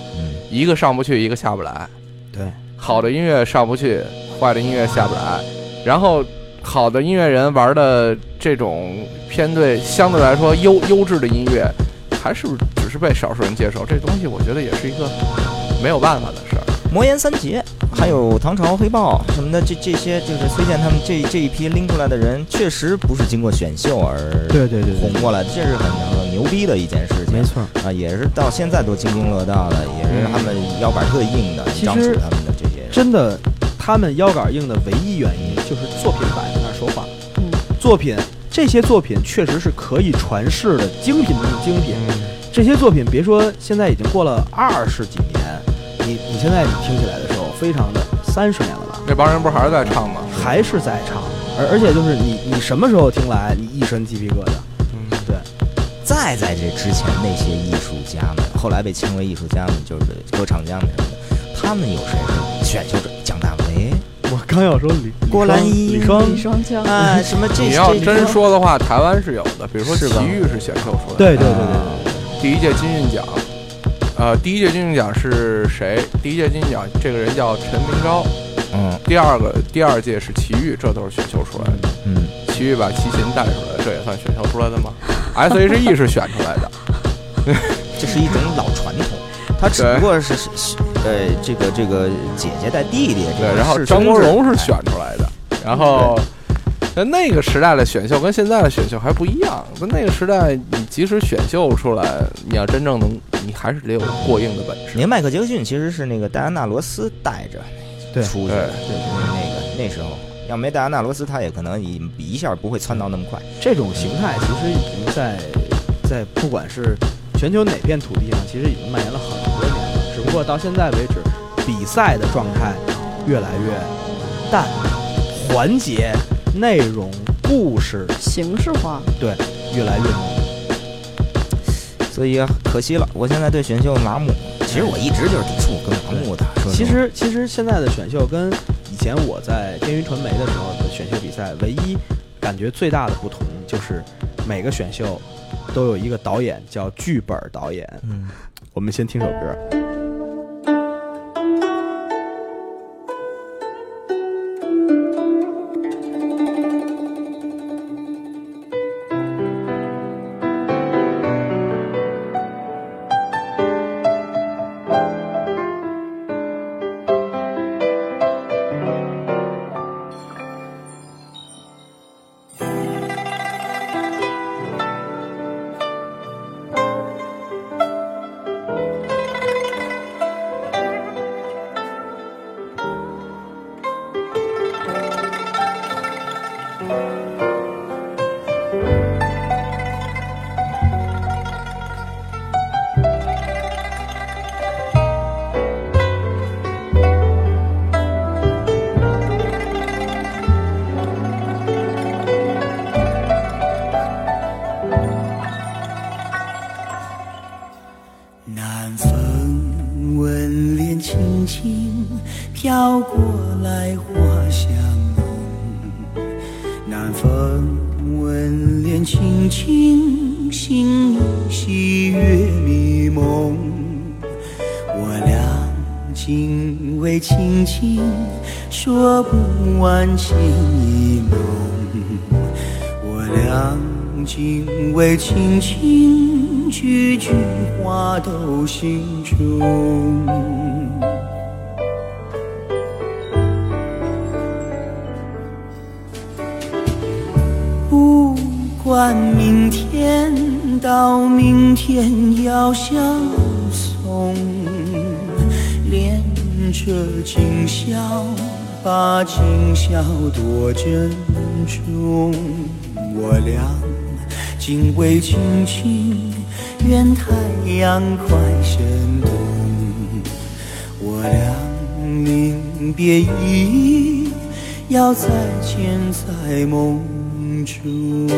一个上不去，一个下不来。 对， 好的音乐上不去，坏的音乐下不来。然后好的音乐人玩的这种偏对相对来说优优质的音乐，还是只是被少数人接受。这东西我觉得也是一个没有办法的事儿。 魔岩三杰，还有唐朝黑豹什么的，这这些就是崔健他们这这一批拎出来的人，确实不是经过选秀而对对对红过来的，这是很很牛逼的一件事情。 没错啊，也是到现在都津津乐道的，也是他们腰板特硬的，张楚他们的这些人真的，他们腰杆硬的唯一原因就是作品摆在那儿说话。嗯，作品这些作品确实是可以传世的精品中的精品。嗯，这些作品别说现在已经过了二十几年，你你现在你听起来的时候，非常的三十年了吧？ 那帮人不是还是在唱吗？ 还是在唱，而而且就是你你什么时候听来，你一身鸡皮疙瘩。嗯，对。 再在这之前，那些艺术家们，后来被称为艺术家们，就是歌唱家们什么的，他们有谁是选秀者？蒋大为。 我刚要说李郭兰依、 李双、 李双江啊，什么这你要真说的话，台湾是有的，比如说齐豫是选秀出来的。 对对对对对。 第一届金韵奖，呃，第一届金韵奖是谁？第一届金韵奖这个人叫陈明昭。 嗯。 第二个第二届是齐豫，这都是选秀出来的。 嗯。 齐豫把齐秦带出来，这也算选秀出来的吗 ？S H E 是选出来的。 这是一种老传统。他只不过是是呃这个这个姐姐带弟弟， 对，然后张国荣是选出来的，然后那那个时代的选秀跟现在的选秀还不一样。在那个时代，你即使选秀出来，你要真正能，你还是得有过硬的本事。 你看迈克杰克逊其实是那个戴安娜罗斯带着出去的，对，那个那时候要没戴安娜罗斯，他也可能一一下不会窜到那么快。 这种形态其实已经在在不管是全球哪片土地上，其实已经蔓延了很多年了。只不过到现在为止，比赛的状态越来越淡，环节、内容、故事形式化， 对，越来越浓。 所以啊，可惜了，我现在对选秀麻木。其实我一直就是抵触跟麻木的。 其实，其实现在的选秀跟以前我在电云传媒的时候的选秀比赛，唯一感觉最大的不同就是每个选秀都有一个导演叫剧本导演。嗯，我们先听首歌。 南风吻脸轻轻飘过来，花香浓。南风吻脸轻轻，心里喜悦迷蒙。我俩紧偎亲亲，说不完情意浓。我俩紧偎亲亲，句句话都心中。不管明天到明天要相送，恋着今宵，把今宵多珍重。我俩紧偎亲亲，愿太阳快升东。我俩临别意，要再见在梦中。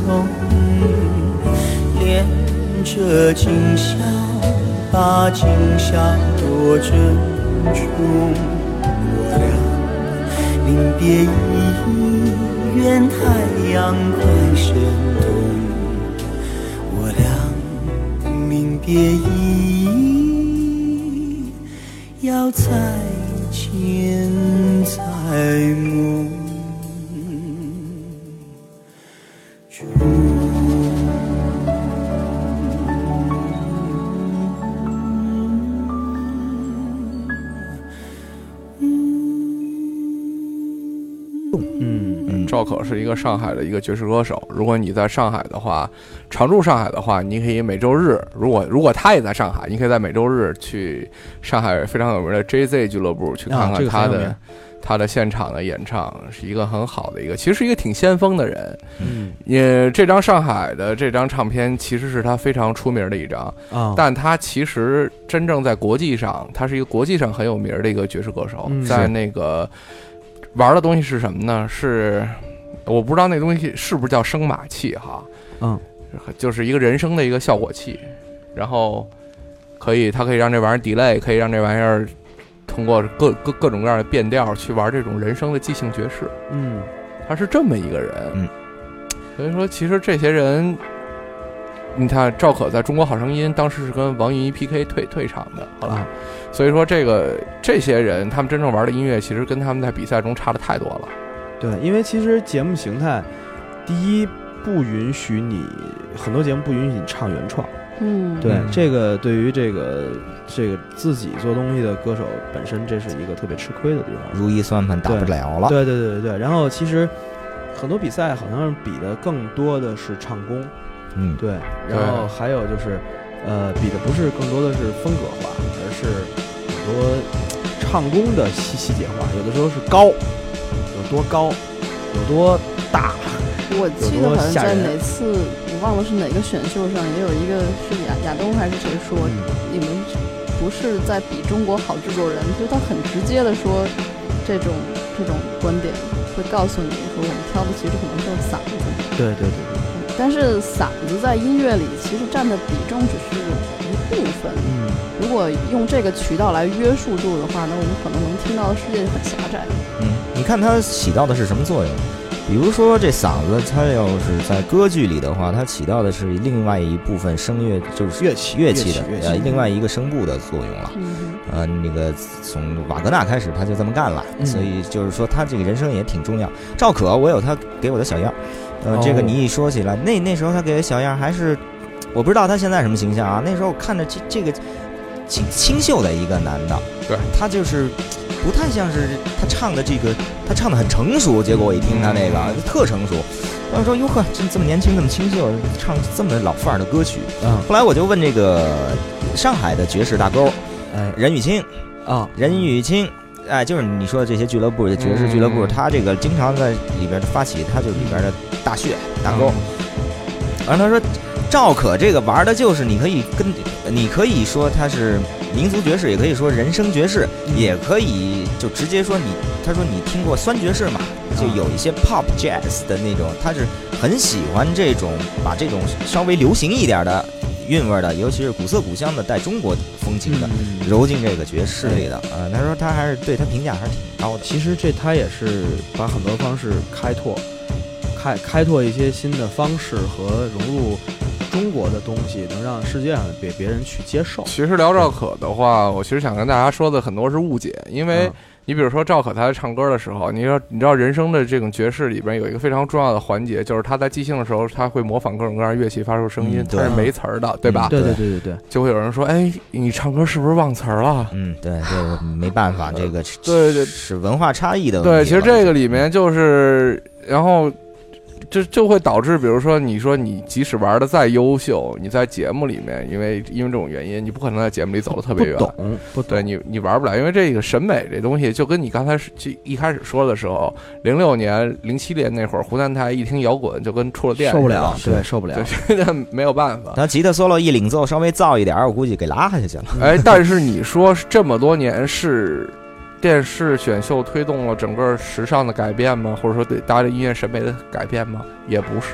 痛，恋着今宵，把今宵多珍重。我俩临别意，愿太阳快升东。我俩临别意，要再见在梦中。 赵可是一个上海的一个爵士歌手。如果你在上海的话，常驻上海的话，你可以每周日，如果如果他也在上海，你可以在每周日去上海非常有名的 J Z 俱乐部去看看他的、啊、他的现场的演唱，是一个很好的一个，其实是一个挺先锋的人。嗯，也这张上海的这张唱片其实是他非常出名的一张啊，但他其实真正在国际上，他是一个国际上很有名的一个爵士歌手，嗯、在那个。玩的东西是什么呢？是我不知道那东西是不是叫声码器哈，嗯，就是一个人声的一个效果器，然后可以它可以让这玩意儿 delay， 可以让这玩意儿通过各各各种各样的变调去玩这种人声的即兴爵士。嗯，他是这么一个人。嗯，所以说其实这些人，你看赵可在中国好声音当时是跟王云一 P K 退退场的，好了。啊，所以说这个这些人他们真正玩的音乐其实跟他们在比赛中差的太多了。 对，因为其实节目形态第一不允许你，很多节目不允许你唱原创。嗯，对，这个对于这个这个自己做东西的歌手本身，这是一个特别吃亏的地方， 如意算盘打不了了。 对对对对对。然后其实很多比赛好像比的更多的是唱功。嗯，对。然后还有就是呃，比的不是更多的是风格化，而是很多唱功的细细节化。有的时候是高，有多高，有多大。 我记得好像在哪次，我忘了是哪个选秀上，也有一个是亚亚东还是谁说，嗯、你们不是在比中国好制作人，就是他很直接的说，这种这种观点会告诉你说，我们挑的其实可能就是嗓子。 对对对对。 但是嗓子在音乐里其实占的比重只是一部分。嗯，如果用这个渠道来约束住的话，那我们可能能听到的世界就很狭窄。 嗯，你看它起到的是什么作用？比如说这嗓子，它要是在歌剧里的话，它起到的是另外一部分声乐，就是乐器乐器的呃另外一个声部的作用了。嗯、呃，那个从瓦格纳开始他就这么干了，嗯、所以就是说他这个人声也挺重要。赵可，我有他给我的小样。呃，这个你一说起来，那那时候他给的小样还是，我不知道他现在什么形象啊。那时候看着这这个清清秀的一个男的， 对， 他就是不太像是他唱的这个，他唱的很成熟。结果我一听他那个、嗯、特成熟，我说哟呵，这这么年轻，这么清秀，唱这么老范儿的歌曲。嗯，后来我就问这个上海的爵士大钩，呃，任宇清啊，任宇清。哎，就是你说的这些俱乐部的爵士俱乐部，嗯、他这个经常在里边发起，他就里边的大穴大钩。而、嗯、他说，赵可这个玩的就是你可以跟，你可以说他是民族爵士，也可以说人声爵士，嗯、也可以就直接说你，他说你听过酸爵士嘛？就有一些 pop jazz 的那种，他是很喜欢这种把这种稍微流行一点的韵味的，尤其是古色古香的带中国风情的、嗯、揉进这个爵士里的啊、呃。他说他还是对他评价还是挺高的。 其实这他也是把很多方式开拓，开开拓一些新的方式和融入中国的东西，能让世界上别别人去接受。 其实聊赵可的话，我其实想跟大家说的很多是误解，因为、嗯你比如说赵可他在唱歌的时候，你说你知道人声的这种爵士里边有一个非常重要的环节，就是他在即兴的时候，他会模仿各种各样乐器发出声音，他、嗯、是没词儿的，对吧？ 对对对对对， 就会有人说，哎，你唱歌是不是忘词儿了？ 嗯，对，这没办法，这个对对是文化差异的问题。 对，其实这个里面就是，然后。就就会导致，比如说，你说你即使玩的再优秀，你在节目里面，因为因为这种原因，你不可能在节目里走得特别远。 不懂，不懂对你你玩不了，因为这个审美这东西，就跟你刚才就一开始说的时候，零六年、零七年那会儿，湖南台一听摇滚就跟出了电， 受不了，对，受不了， 对，没有办法。 他吉他 solo 一领奏稍微燥一点，我估计给拉下去了。 哎，但是你说这么多年是。电视选秀推动了整个时尚的改变吗？或者说对大家的音乐审美的改变吗？也不是，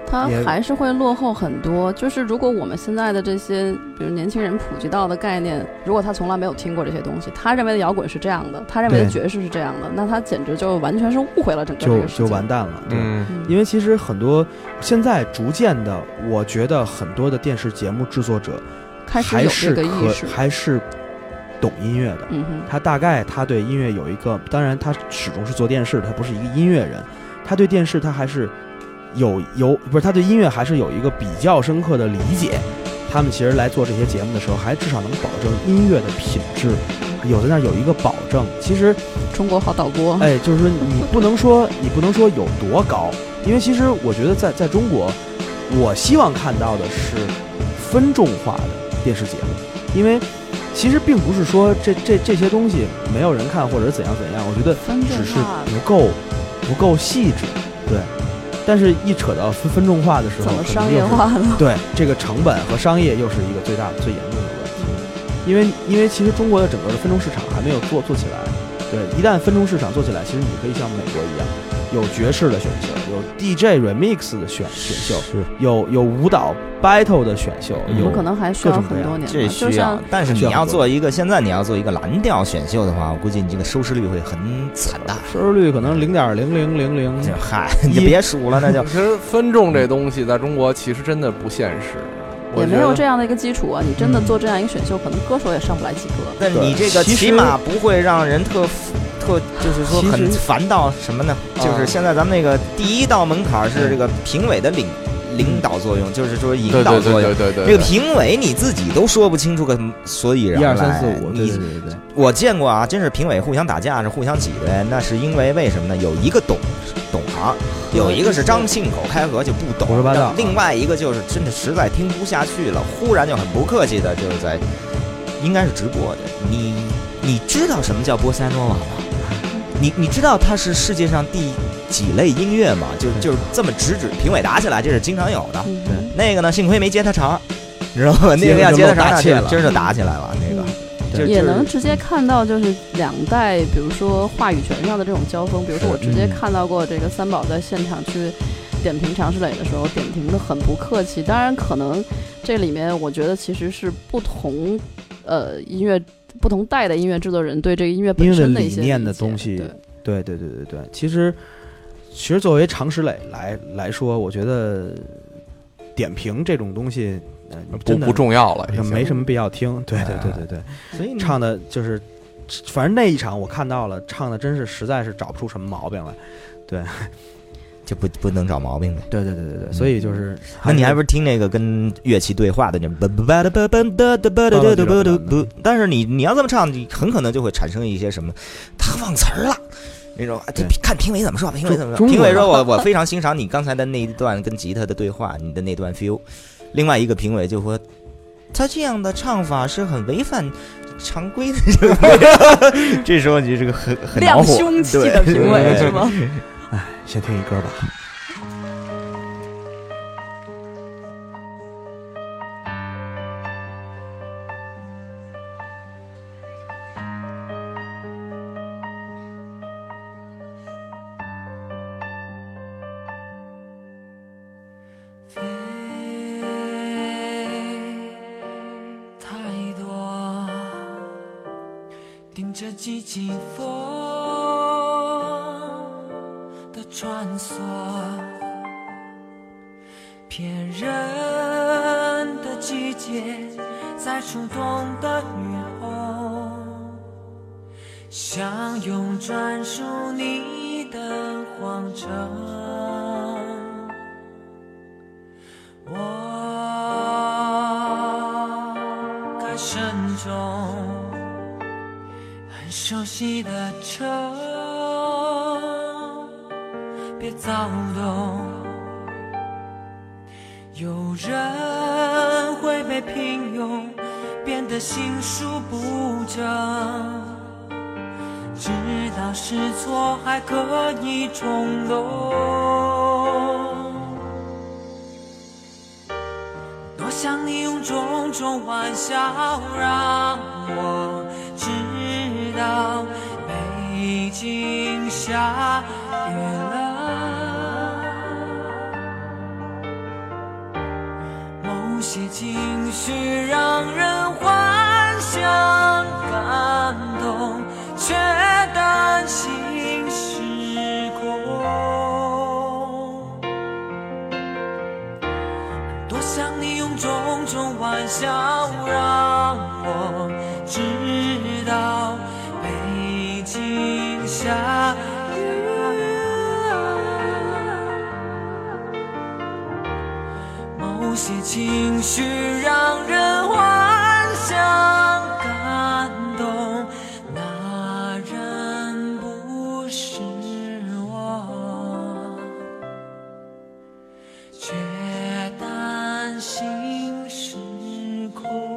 它还是会落后很多。就是如果我们现在的这些比如年轻人普及到的概念，如果他从来没有听过这些东西，他认为的摇滚是这样的，他认为的爵士是这样的，那他简直就完全是误会了整个这个世界， 就就完蛋了。对、 嗯， 因为其实很多现在逐渐的，我觉得很多的电视节目制作者开始有这个意识， 还是懂音乐的。 嗯哼， 他大概他对音乐有一个，当然他始终是做电视，他不是一个音乐人，他对电视他还是有有不是他对音乐还是有一个比较深刻的理解。他们其实来做这些节目的时候，还至少能保证音乐的品质，有在那有一个保证。其实中国好导播， 哎，就是说你不能说你不能说有多高，因为其实我觉得在在中国，我希望看到的是分众化的电视节目，因为其实并不是说这这这些东西没有人看或者怎样怎样，我觉得只是不够不够细致，对。但是，一扯到分分众化的时候， 怎么商业化了？ 对，这个成本和商业又是一个最大最严重的问题。因为因为其实中国的整个的分众市场还没有做做起来。对，一旦分众市场做起来，其实你可以像美国一样，有爵士的选秀，有 D J remix 的选选秀，有有舞蹈 battle 的选秀，有可能还需要很多年。 这需要，但是你要做一个现在你要做一个蓝调选秀的话，我估计你这个收视率会很惨的， 收视率可能零点零零零零， 嗨，你就别数了，那就。 其实分众这东西在中国其实真的不现实。 也没有这样的一个基础啊！你真的做这样一个选秀，可能歌手也上不来几个。 但你这个起码不会让人特特，就是说很烦到什么呢？就是现在咱们那个第一道门槛是这个评委的领领导作用，就是说引导作用。 对对对， 这个评委你自己都说不清楚个所以然来。 一二三四五，对对对对。 我见过啊，真是评委互相打架，是互相挤兑，那是因为为什么呢？有一个懂懂行。有一个是张信口开河就不懂， 胡说八道； 另外一个就是真的实在听不下去了，忽然就很不客气的，就是在应该是直播的。你你知道什么叫波塞诺瓦吗？你你知道它是世界上第几类音乐吗？就就是这么直指评委打起来，这是经常有的。 对， 那个呢，幸亏没接他茬，你知道吗？那个要接他茬，今儿就打起来了。那个。 也能直接看到，就是两代，比如说话语权上的这种交锋。比如说，我直接看到过这个三宝在现场去点评常石磊的时候，点评的很不客气。当然，可能这里面我觉得其实是不同呃音乐不同代的音乐制作人对这个音乐本身的一些理念的东西。对对对对对，其实其实作为常石磊来来说，我觉得点评这种东西。 不不重要了， 没什么必要听。对对对对对，所以唱的就是，反正那一场我看到了，唱的真是实在是找不出什么毛病来。对， 就不不能找毛病呗。 对对对对对，所以就是， 那你还不是听那个跟乐器对话的那不不不不不不不不，但是你你要这么唱，你很可能就会产生一些什么，他忘词儿了。那种，看评委怎么说，评委怎么说？评委说我我非常欣赏你刚才的那一段跟吉他的对话，你的那段 feel。另外一个评委就说，他这样的唱法是很违反常规的。这时候你这个很很恼火， 亮凶器的评委是吗？ 哎，先听一歌吧。 这几季风的穿梭，骗人的季节，在冲动的雨后，想用专属你的谎称，我该慎重。熟悉的车，别躁动。有人会被平庸变得心术不正，知道是错还可以冲动。多想你用种种玩笑让我知道北京下雨了， 些情绪让人幻想感动，却担心失控。多想你用种种玩笑让我知道北京下某些情绪让人幻想感动，那人不是我，却担心失控。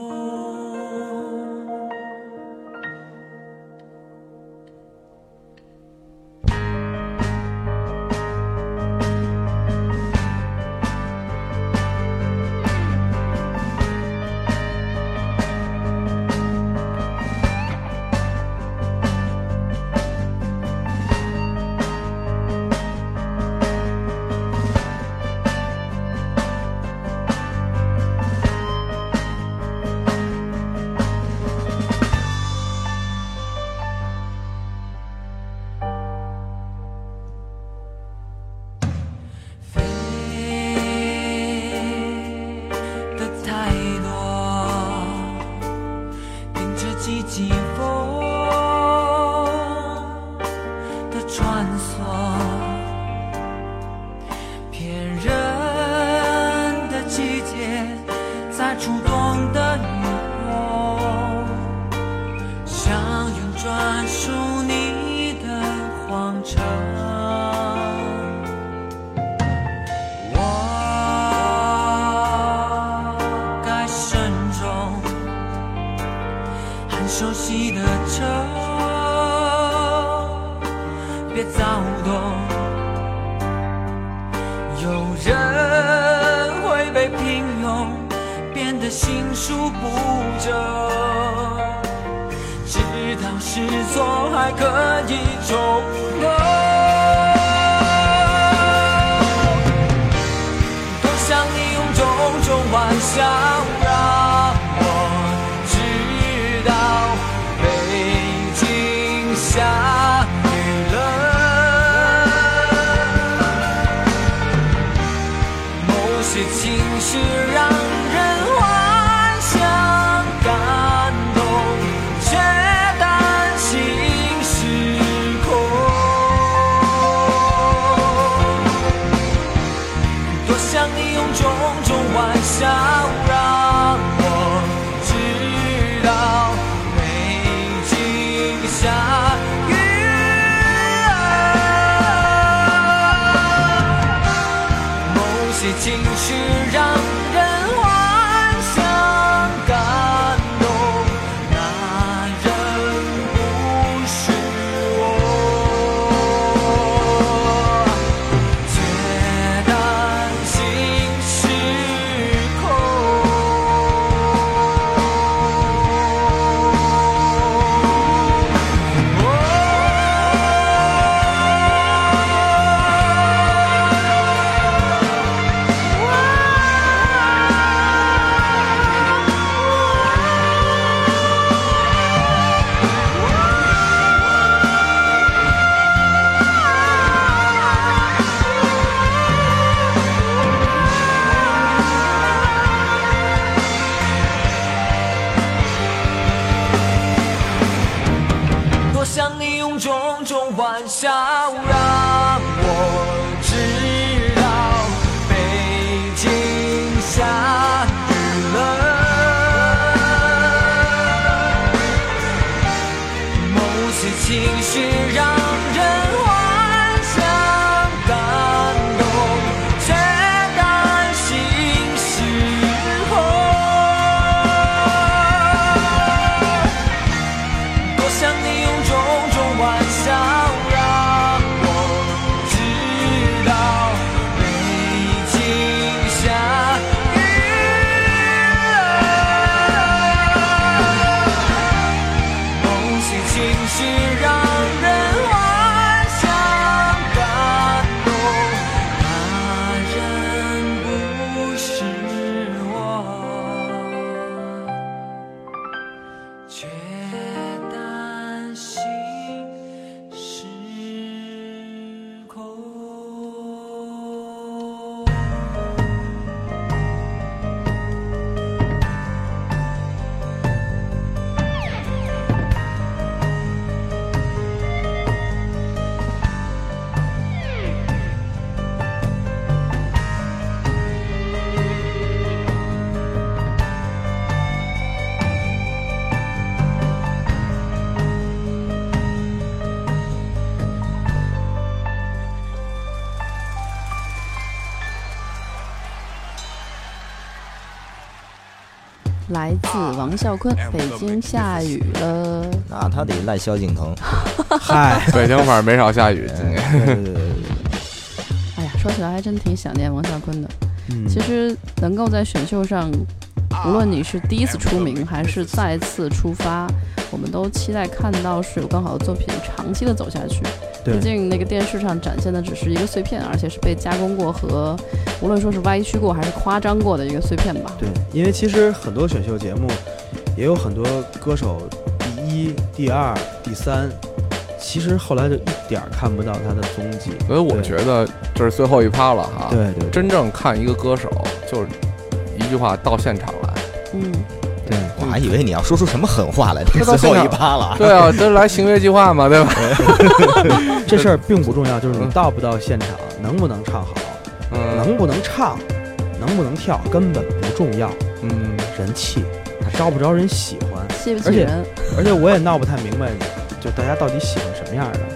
熟悉的车，别躁动。有人会被平庸变得心术不正，知道是错还可以冲动。多想你用种种玩笑让我知道北京下雨了，某些情绪让人幻想感动，却担心失控。多想你用种种玩笑让我知道北京下雨了，某些情绪让人幻想感动，那人不是我，却担心失控。多想你用种种玩笑让我知道北京下雨了，某些情绪让人幻想感动，却担心失控。多想你用种种玩笑让来自王啸坤，北京下雨了。 那他得赖萧敬腾。 嗨， 北京反正没少下雨今年。 对对对对。 哎呀，说起来还真挺想念王啸坤的。 嗯， 其实能够在选秀上，无论你是第一次出名还是再次出发，我们都期待看到水有刚好的作品长期的走下去。毕竟那个电视上展现的只是一个碎片，而且是被加工过和无论说是歪曲过还是夸张过的一个碎片吧。 对，因为其实很多选秀节目也有很多歌手第一、第二、第三，其实后来就一点看不到他的踪迹。 所以我觉得这是最后一趴了哈。 对 对, 对， 真正看一个歌手就是一句话，到现场来。 嗯。 对，我还以为你要说出什么狠话来，这最后一趴了。 对啊，都来行为计划嘛，对吧？ 这事儿并不重要，就是你到不到现场，能不能唱好，嗯，能不能唱，能不能跳，根本不重要。 嗯， 人气，他招不招人喜欢， 气不气人？ 而且，而且我也闹不太明白，就大家到底喜欢什么样的。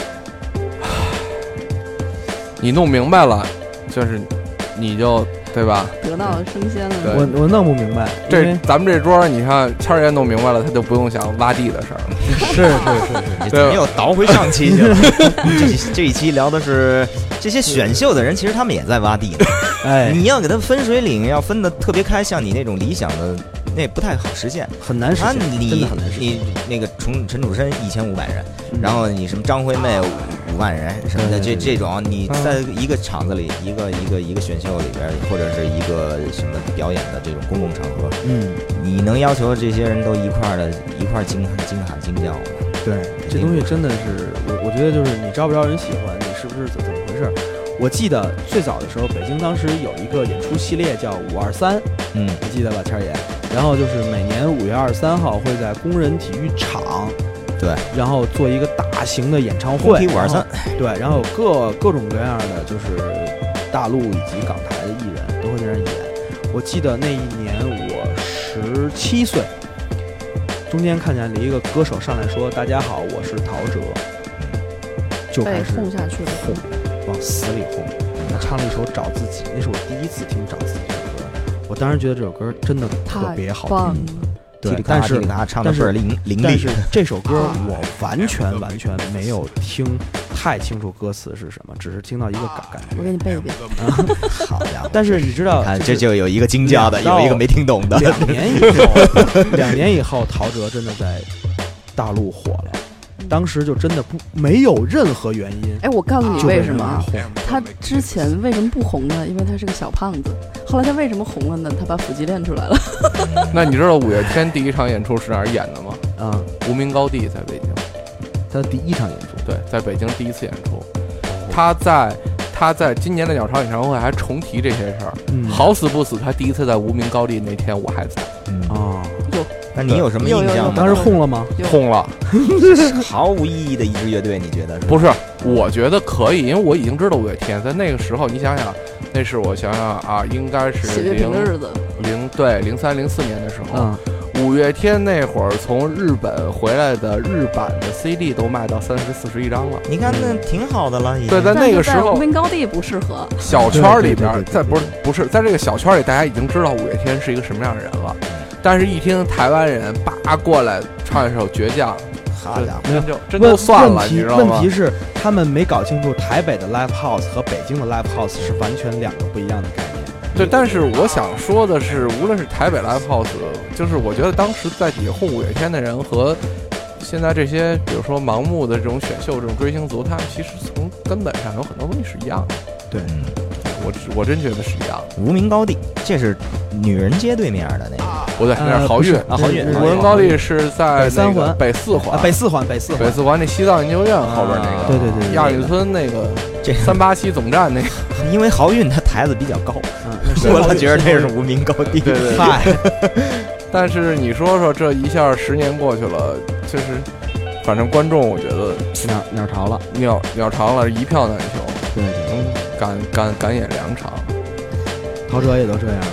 你弄明白了，就是你就。对吧？ 得到升仙了。 我我弄不明白， 这咱们这桌，你看谦儿爷弄明白了，他就不用想挖地的事儿了。 是是是是， 怎么又倒回上期去了？这这一期聊的是这些选秀的人，其实他们也在挖地呢。哎，你要给他分水岭，要分得特别开，像你那种理想的，那不太好实现， 很难实现。 你真的很难实现。 你那个陈陈楚生一千五百人，然后你什么张惠妹五万人什么的，这这种你在一个场子里，一个一个一个选秀里边，或者是一个什么表演的这种公共场合， 嗯， 你能要求这些人都一块儿的一块儿惊惊喊惊叫吗？ 对，这东西真的是我我觉得就是你招不招人喜欢，你是不是怎怎么回事？我记得最早的时候，北京当时有一个演出系列叫五二三， 嗯， 你记得吧，谦儿爷？然后就是每年五月二十三号会在工人体育场。 对， 然后做一个大型的演唱会， 五二三， 对，然后各各种各样的就是大陆以及港台的艺人都会在那儿演。我记得那一年我十七岁，中间看见了一个歌手上来说：“大家好，我是陶喆。”就开始轰下去了， 轰，往死里轰。他唱了一首《找自己》，那是我第一次听《找自己》这首歌，我当时觉得这首歌真的特别好听。对，但是但是凌凌厉， 但是这首歌我完全完全没有听太清楚歌词是什么，只是听到一个感感觉。 我给你背一遍。 好家伙！但是你知道， 看这就有一个惊叫的，有一个没听懂的。 两年以后，两年以后，陶喆真的在大陆火了。当时就真的不没有任何原因。 哎，我告诉你为什么他之前为什么不红呢？因为他是个小胖子。后来他为什么红了呢？他把腹肌练出来了。 那你知道五月天第一场演出是哪儿演的吗？ 啊， 无名高地在北京。 他的第一场演出， 对，在北京第一次演出。他在他在今年的鸟巢演唱会还重提这些事儿。嗯，好死不死，他第一次在无名高地那天我还在。 嗯啊， 有。 那你有什么印象？ 当时轰了吗？ 轰了， 毫无意义的一支乐队，你觉得是？ 不是，我觉得可以，因为我已经知道五月天在那个时候，你想想，那是我想想啊，应该是零零对零三零四年的时候， 嗯， 五月天那会儿从日本回来的日版的 C D 都卖到三十四十一张了。 你看那挺好的了，已经。 对，在那个时候， 无名高地不适合小圈里边，在不是不是在这个小圈里，大家已经知道五月天是一个什么样的人了。但是，一听台湾人叭过来唱一首《倔强》， 好家伙， 真就真就算了，你知道吗？ 问题是他们没搞清楚台北的 live house 和北京的 live house 是完全两个不一样的概念。 对，但是我想说的是，无论是台北 live house，就是我觉得当时在底下轰五月天的人和现在这些，比如说盲目的这种选秀、这种追星族，他们其实从根本上有很多东西是一样的。 对。 我我真觉得是一样的。 无名高地，这是女人街对面的那个， 不对，那是豪运啊，豪运。 无名高地是在三环北四环， 北四环，北四环， 北四环那西藏研究院后边那个， 对对对， 亚运村那个， 这三八七总站那个， 因为豪运它台子比较高，我老觉得这是无名高地。 对对对。但是你说说这一下十年过去了，就是反正观众我觉得鸟鸟巢了， 鸟鸟巢了，一票难求。 对， 能敢敢敢演两场。 陶喆也都这样了， 啊，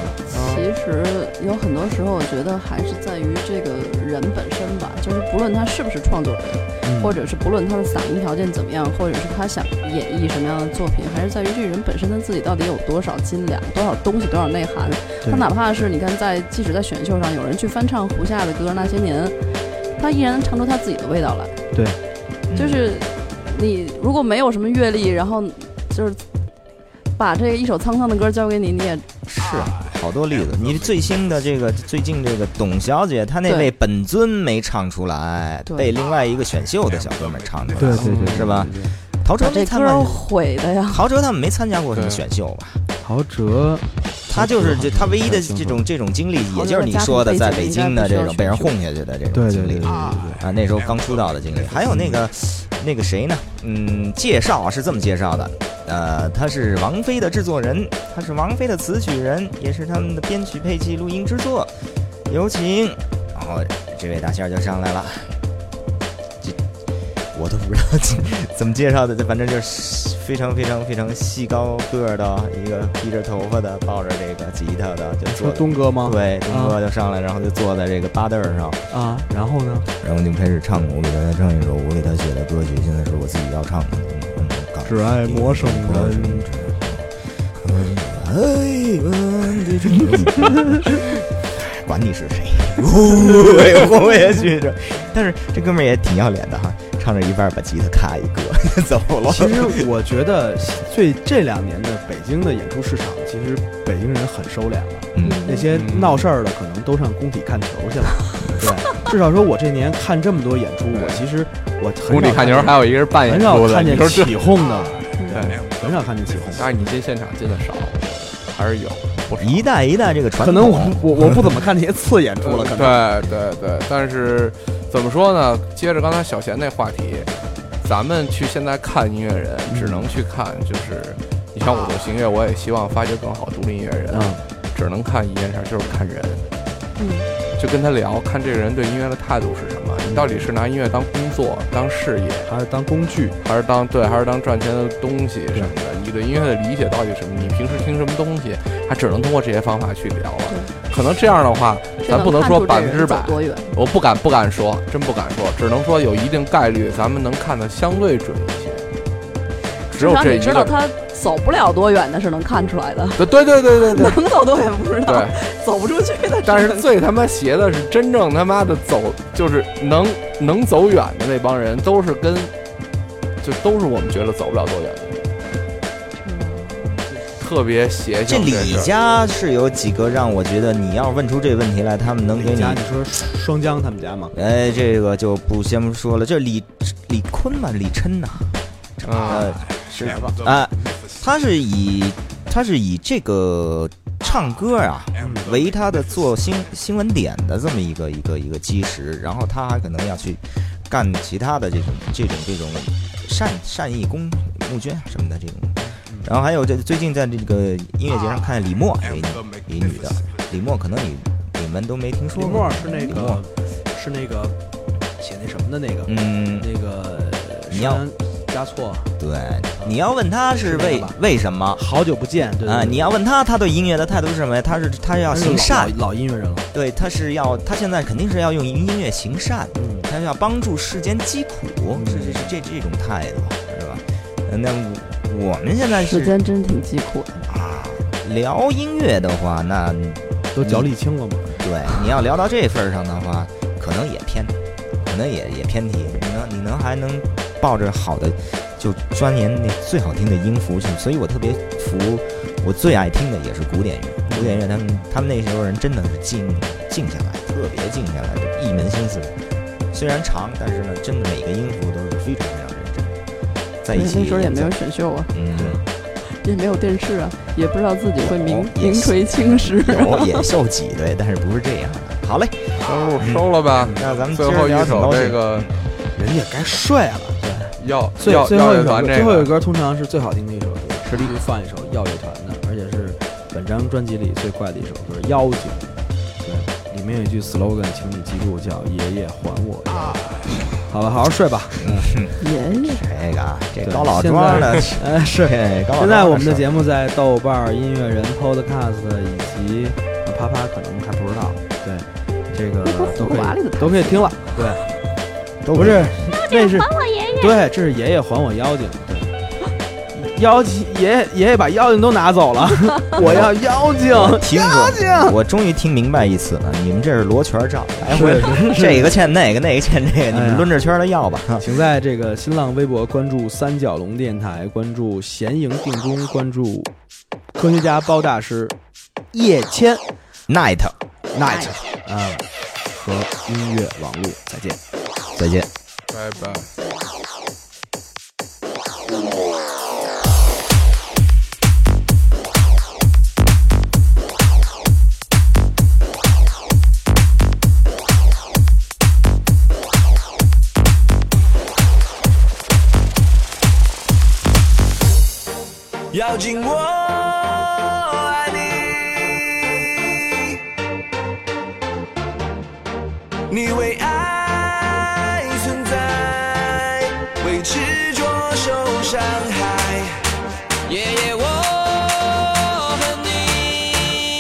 其实有很多时候，我觉得还是在于这个人本身吧，就是不论他是不是创作人，嗯、或者是不论他的嗓音条件怎么样，或者是他想演绎什么样的作品，还是在于这个人本身他自己到底有多少斤两，多少东西，多少内涵。他哪怕是你看在，即使在选秀上有人去翻唱胡夏的歌《那些年》，他依然能唱出他自己的味道来。 对， 就是你如果没有什么阅历，然后就是把这个一首沧桑的歌交给你，你也是好多例子。你最新的这个最近这个董小姐，她那位本尊没唱出来，被另外一个选秀的小哥们唱出来， 对对对， 是吧？陶喆这歌毁的呀！ 陶喆他们没参加过什么选秀吧？ 陶喆， 他就是这他唯一的这种这种经历，也就是你说的在北京的这种被人轰下去的这种经历啊，那时候刚出道的经历。还有那个那个谁呢？嗯，介绍是这么介绍的，呃，他是王菲的制作人，他是王菲的词曲人，也是他们的编曲配器录音制作。有请，然后这位大仙就上来了。我都不知道怎么介绍的，反正就是非常非常非常细高个的一个披着头发的，抱着这个吉他的，就坐东哥吗？ 对，东哥就上来，然后就坐在这个吧凳上啊，然后呢， 然后就开始唱，我给大家唱一首我给他写的歌曲，现在是我自己要唱的， 只爱陌生人。 管你是谁，我我也觉着，但是这哥们儿也挺要脸的哈，唱着一半把吉他咔一个走了。 其实我觉得最这两年的北京的演出市场，其实北京人很收敛了，嗯，那些闹事儿的可能都上工体看球去了。对，至少说我这年看这么多演出，我其实我工体看球还有一个人扮演出的，很少看见起哄的，对，很少看见起哄。 但是你进现场进的少，还是有。 一代一代这个传统，可能我我我不怎么看这些次演出了，可能对对对，但是怎么说呢？接着刚才小贤那话题，咱们去现在看音乐人，只能去看，就是你像五朵星月，我也希望发掘更好独立音乐人，嗯，只能看一件事，就是看人，嗯，就跟他聊，看这个人对音乐的态度是什么，你到底是拿音乐当工作、当事业， 还是当工具， 还是当对，还是当赚钱的东西什么的？你对音乐的理解到底什么？你平时听什么东西？还只能通过这些方法去聊了。可能这样的话，咱不能说百分之百，我不敢不敢说，真不敢说，只能说有一定概率，咱们能看得相对准一些。只有这一个， 你知道他走不了多远的是能看出来的。 对对对对对对， 能走多远不知道，对，走不出去的。 但是最他妈邪的是，真正他妈的走，就是能能走远的那帮人，都是跟，就都是我们觉得走不了多远的。特别邪性。 这李家是有几个让我觉得，你要问出这问题来，他们能给你。 你说双江他们家吗？ 哎，这个就不先不说了。这李李坤嘛，李琛呐，呃，是啊，他是以他是以这个唱歌啊为他的做新新闻点的这么一个一个一个基石，然后他还可能要去干其他的这种这种这种善善意公募捐什么的这种。然后还有这最近在这个音乐节上看李默，一一女的，李默可能你你们都没听说过。 李默是那个是那个写那什么的那个，嗯，那个你要加错， 对，你要问他是为为什么好久不见啊？你要问他他对音乐的态度是什么？他是他要行善， 老音乐人了， 对，他是要他现在肯定是要用音乐行善，嗯，他要帮助世间疾苦，是是是这这种态度，是吧？那我们现在时间真挺疾苦的啊！聊音乐的话，那都脚理清了吗？ 对，你要聊到这份上的话，可能也偏，可能也也偏题。你能你能还能抱着好的，就钻研那最好听的音符去。所以我特别服，我最爱听的也是古典乐。古典乐他们他们那时候人真的是静静下来，特别静下来，就一门心思。虽然长，但是呢，真的每个音符都是非常非常。在一起那时候也没有选秀啊， 嗯， 也没有电视啊，也不知道自己会名名垂青史。 有也秀几对，但是不是这样的。好嘞， 收收了吧。 那咱们最后一首这个， 人也该睡了。对， 要最最后一首最后一首歌通常是最好听的一首歌，是必须放一首耀乐团的，而且是本张专辑里最怪的一首歌《妖精》。对，里面有一句 slogan， 请你记住，叫“爷爷还我呀”。好了，好好睡吧。 嗯， 爷爷， 这个这高老庄的， 呃，是。现在我们的节目在豆瓣、音乐人、Podcast 以及啪啪可能还不知道，对，这个都可以都可以听了，对，都不是，那是对，这是爷爷还我妖精，对。妖精爷爷爷爷把妖精都拿走了，我要妖精，妖精！ 我终于听明白一次了，你们这是罗圈照，来回这个欠那个，那个欠这个，你们抡着圈的要吧。 请在这个新浪微博关注三角龙电台，关注闲营定中，关注科学家包大师叶谦 night night 啊、嗯，和音乐网络再见， 再见， 拜拜。 要紧我爱你，你为爱存在，为执着受伤害。爷爷，我和你，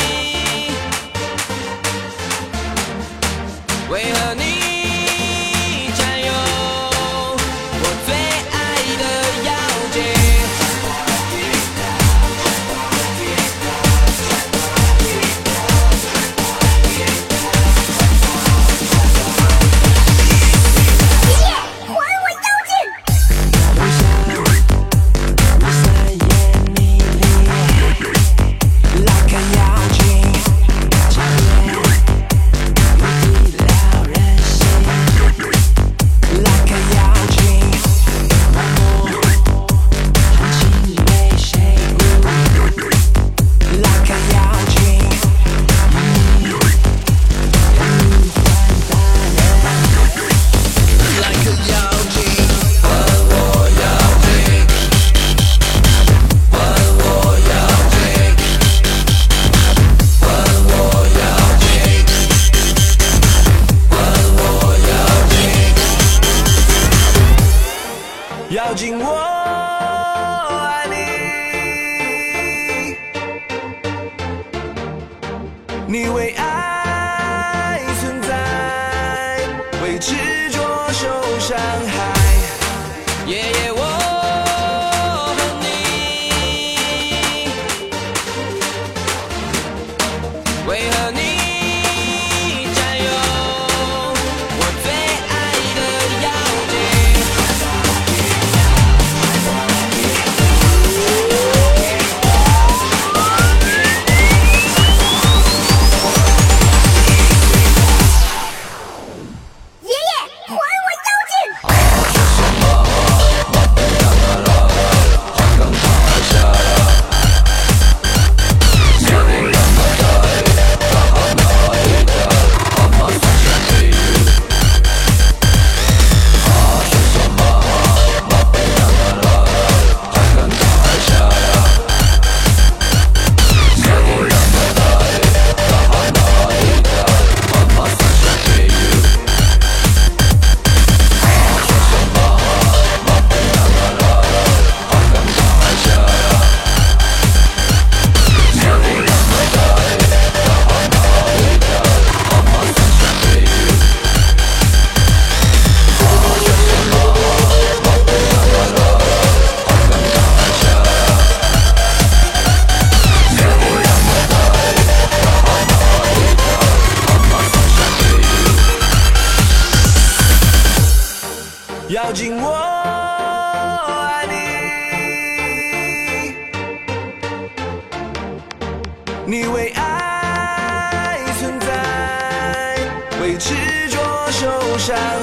为何你占有我最爱的妖精？要紧我爱你，你为爱存在，为执着受伤害。爷爷，我和你，为何你占有我最爱的妖精？要紧我爱你，你为爱存在，为执着受伤。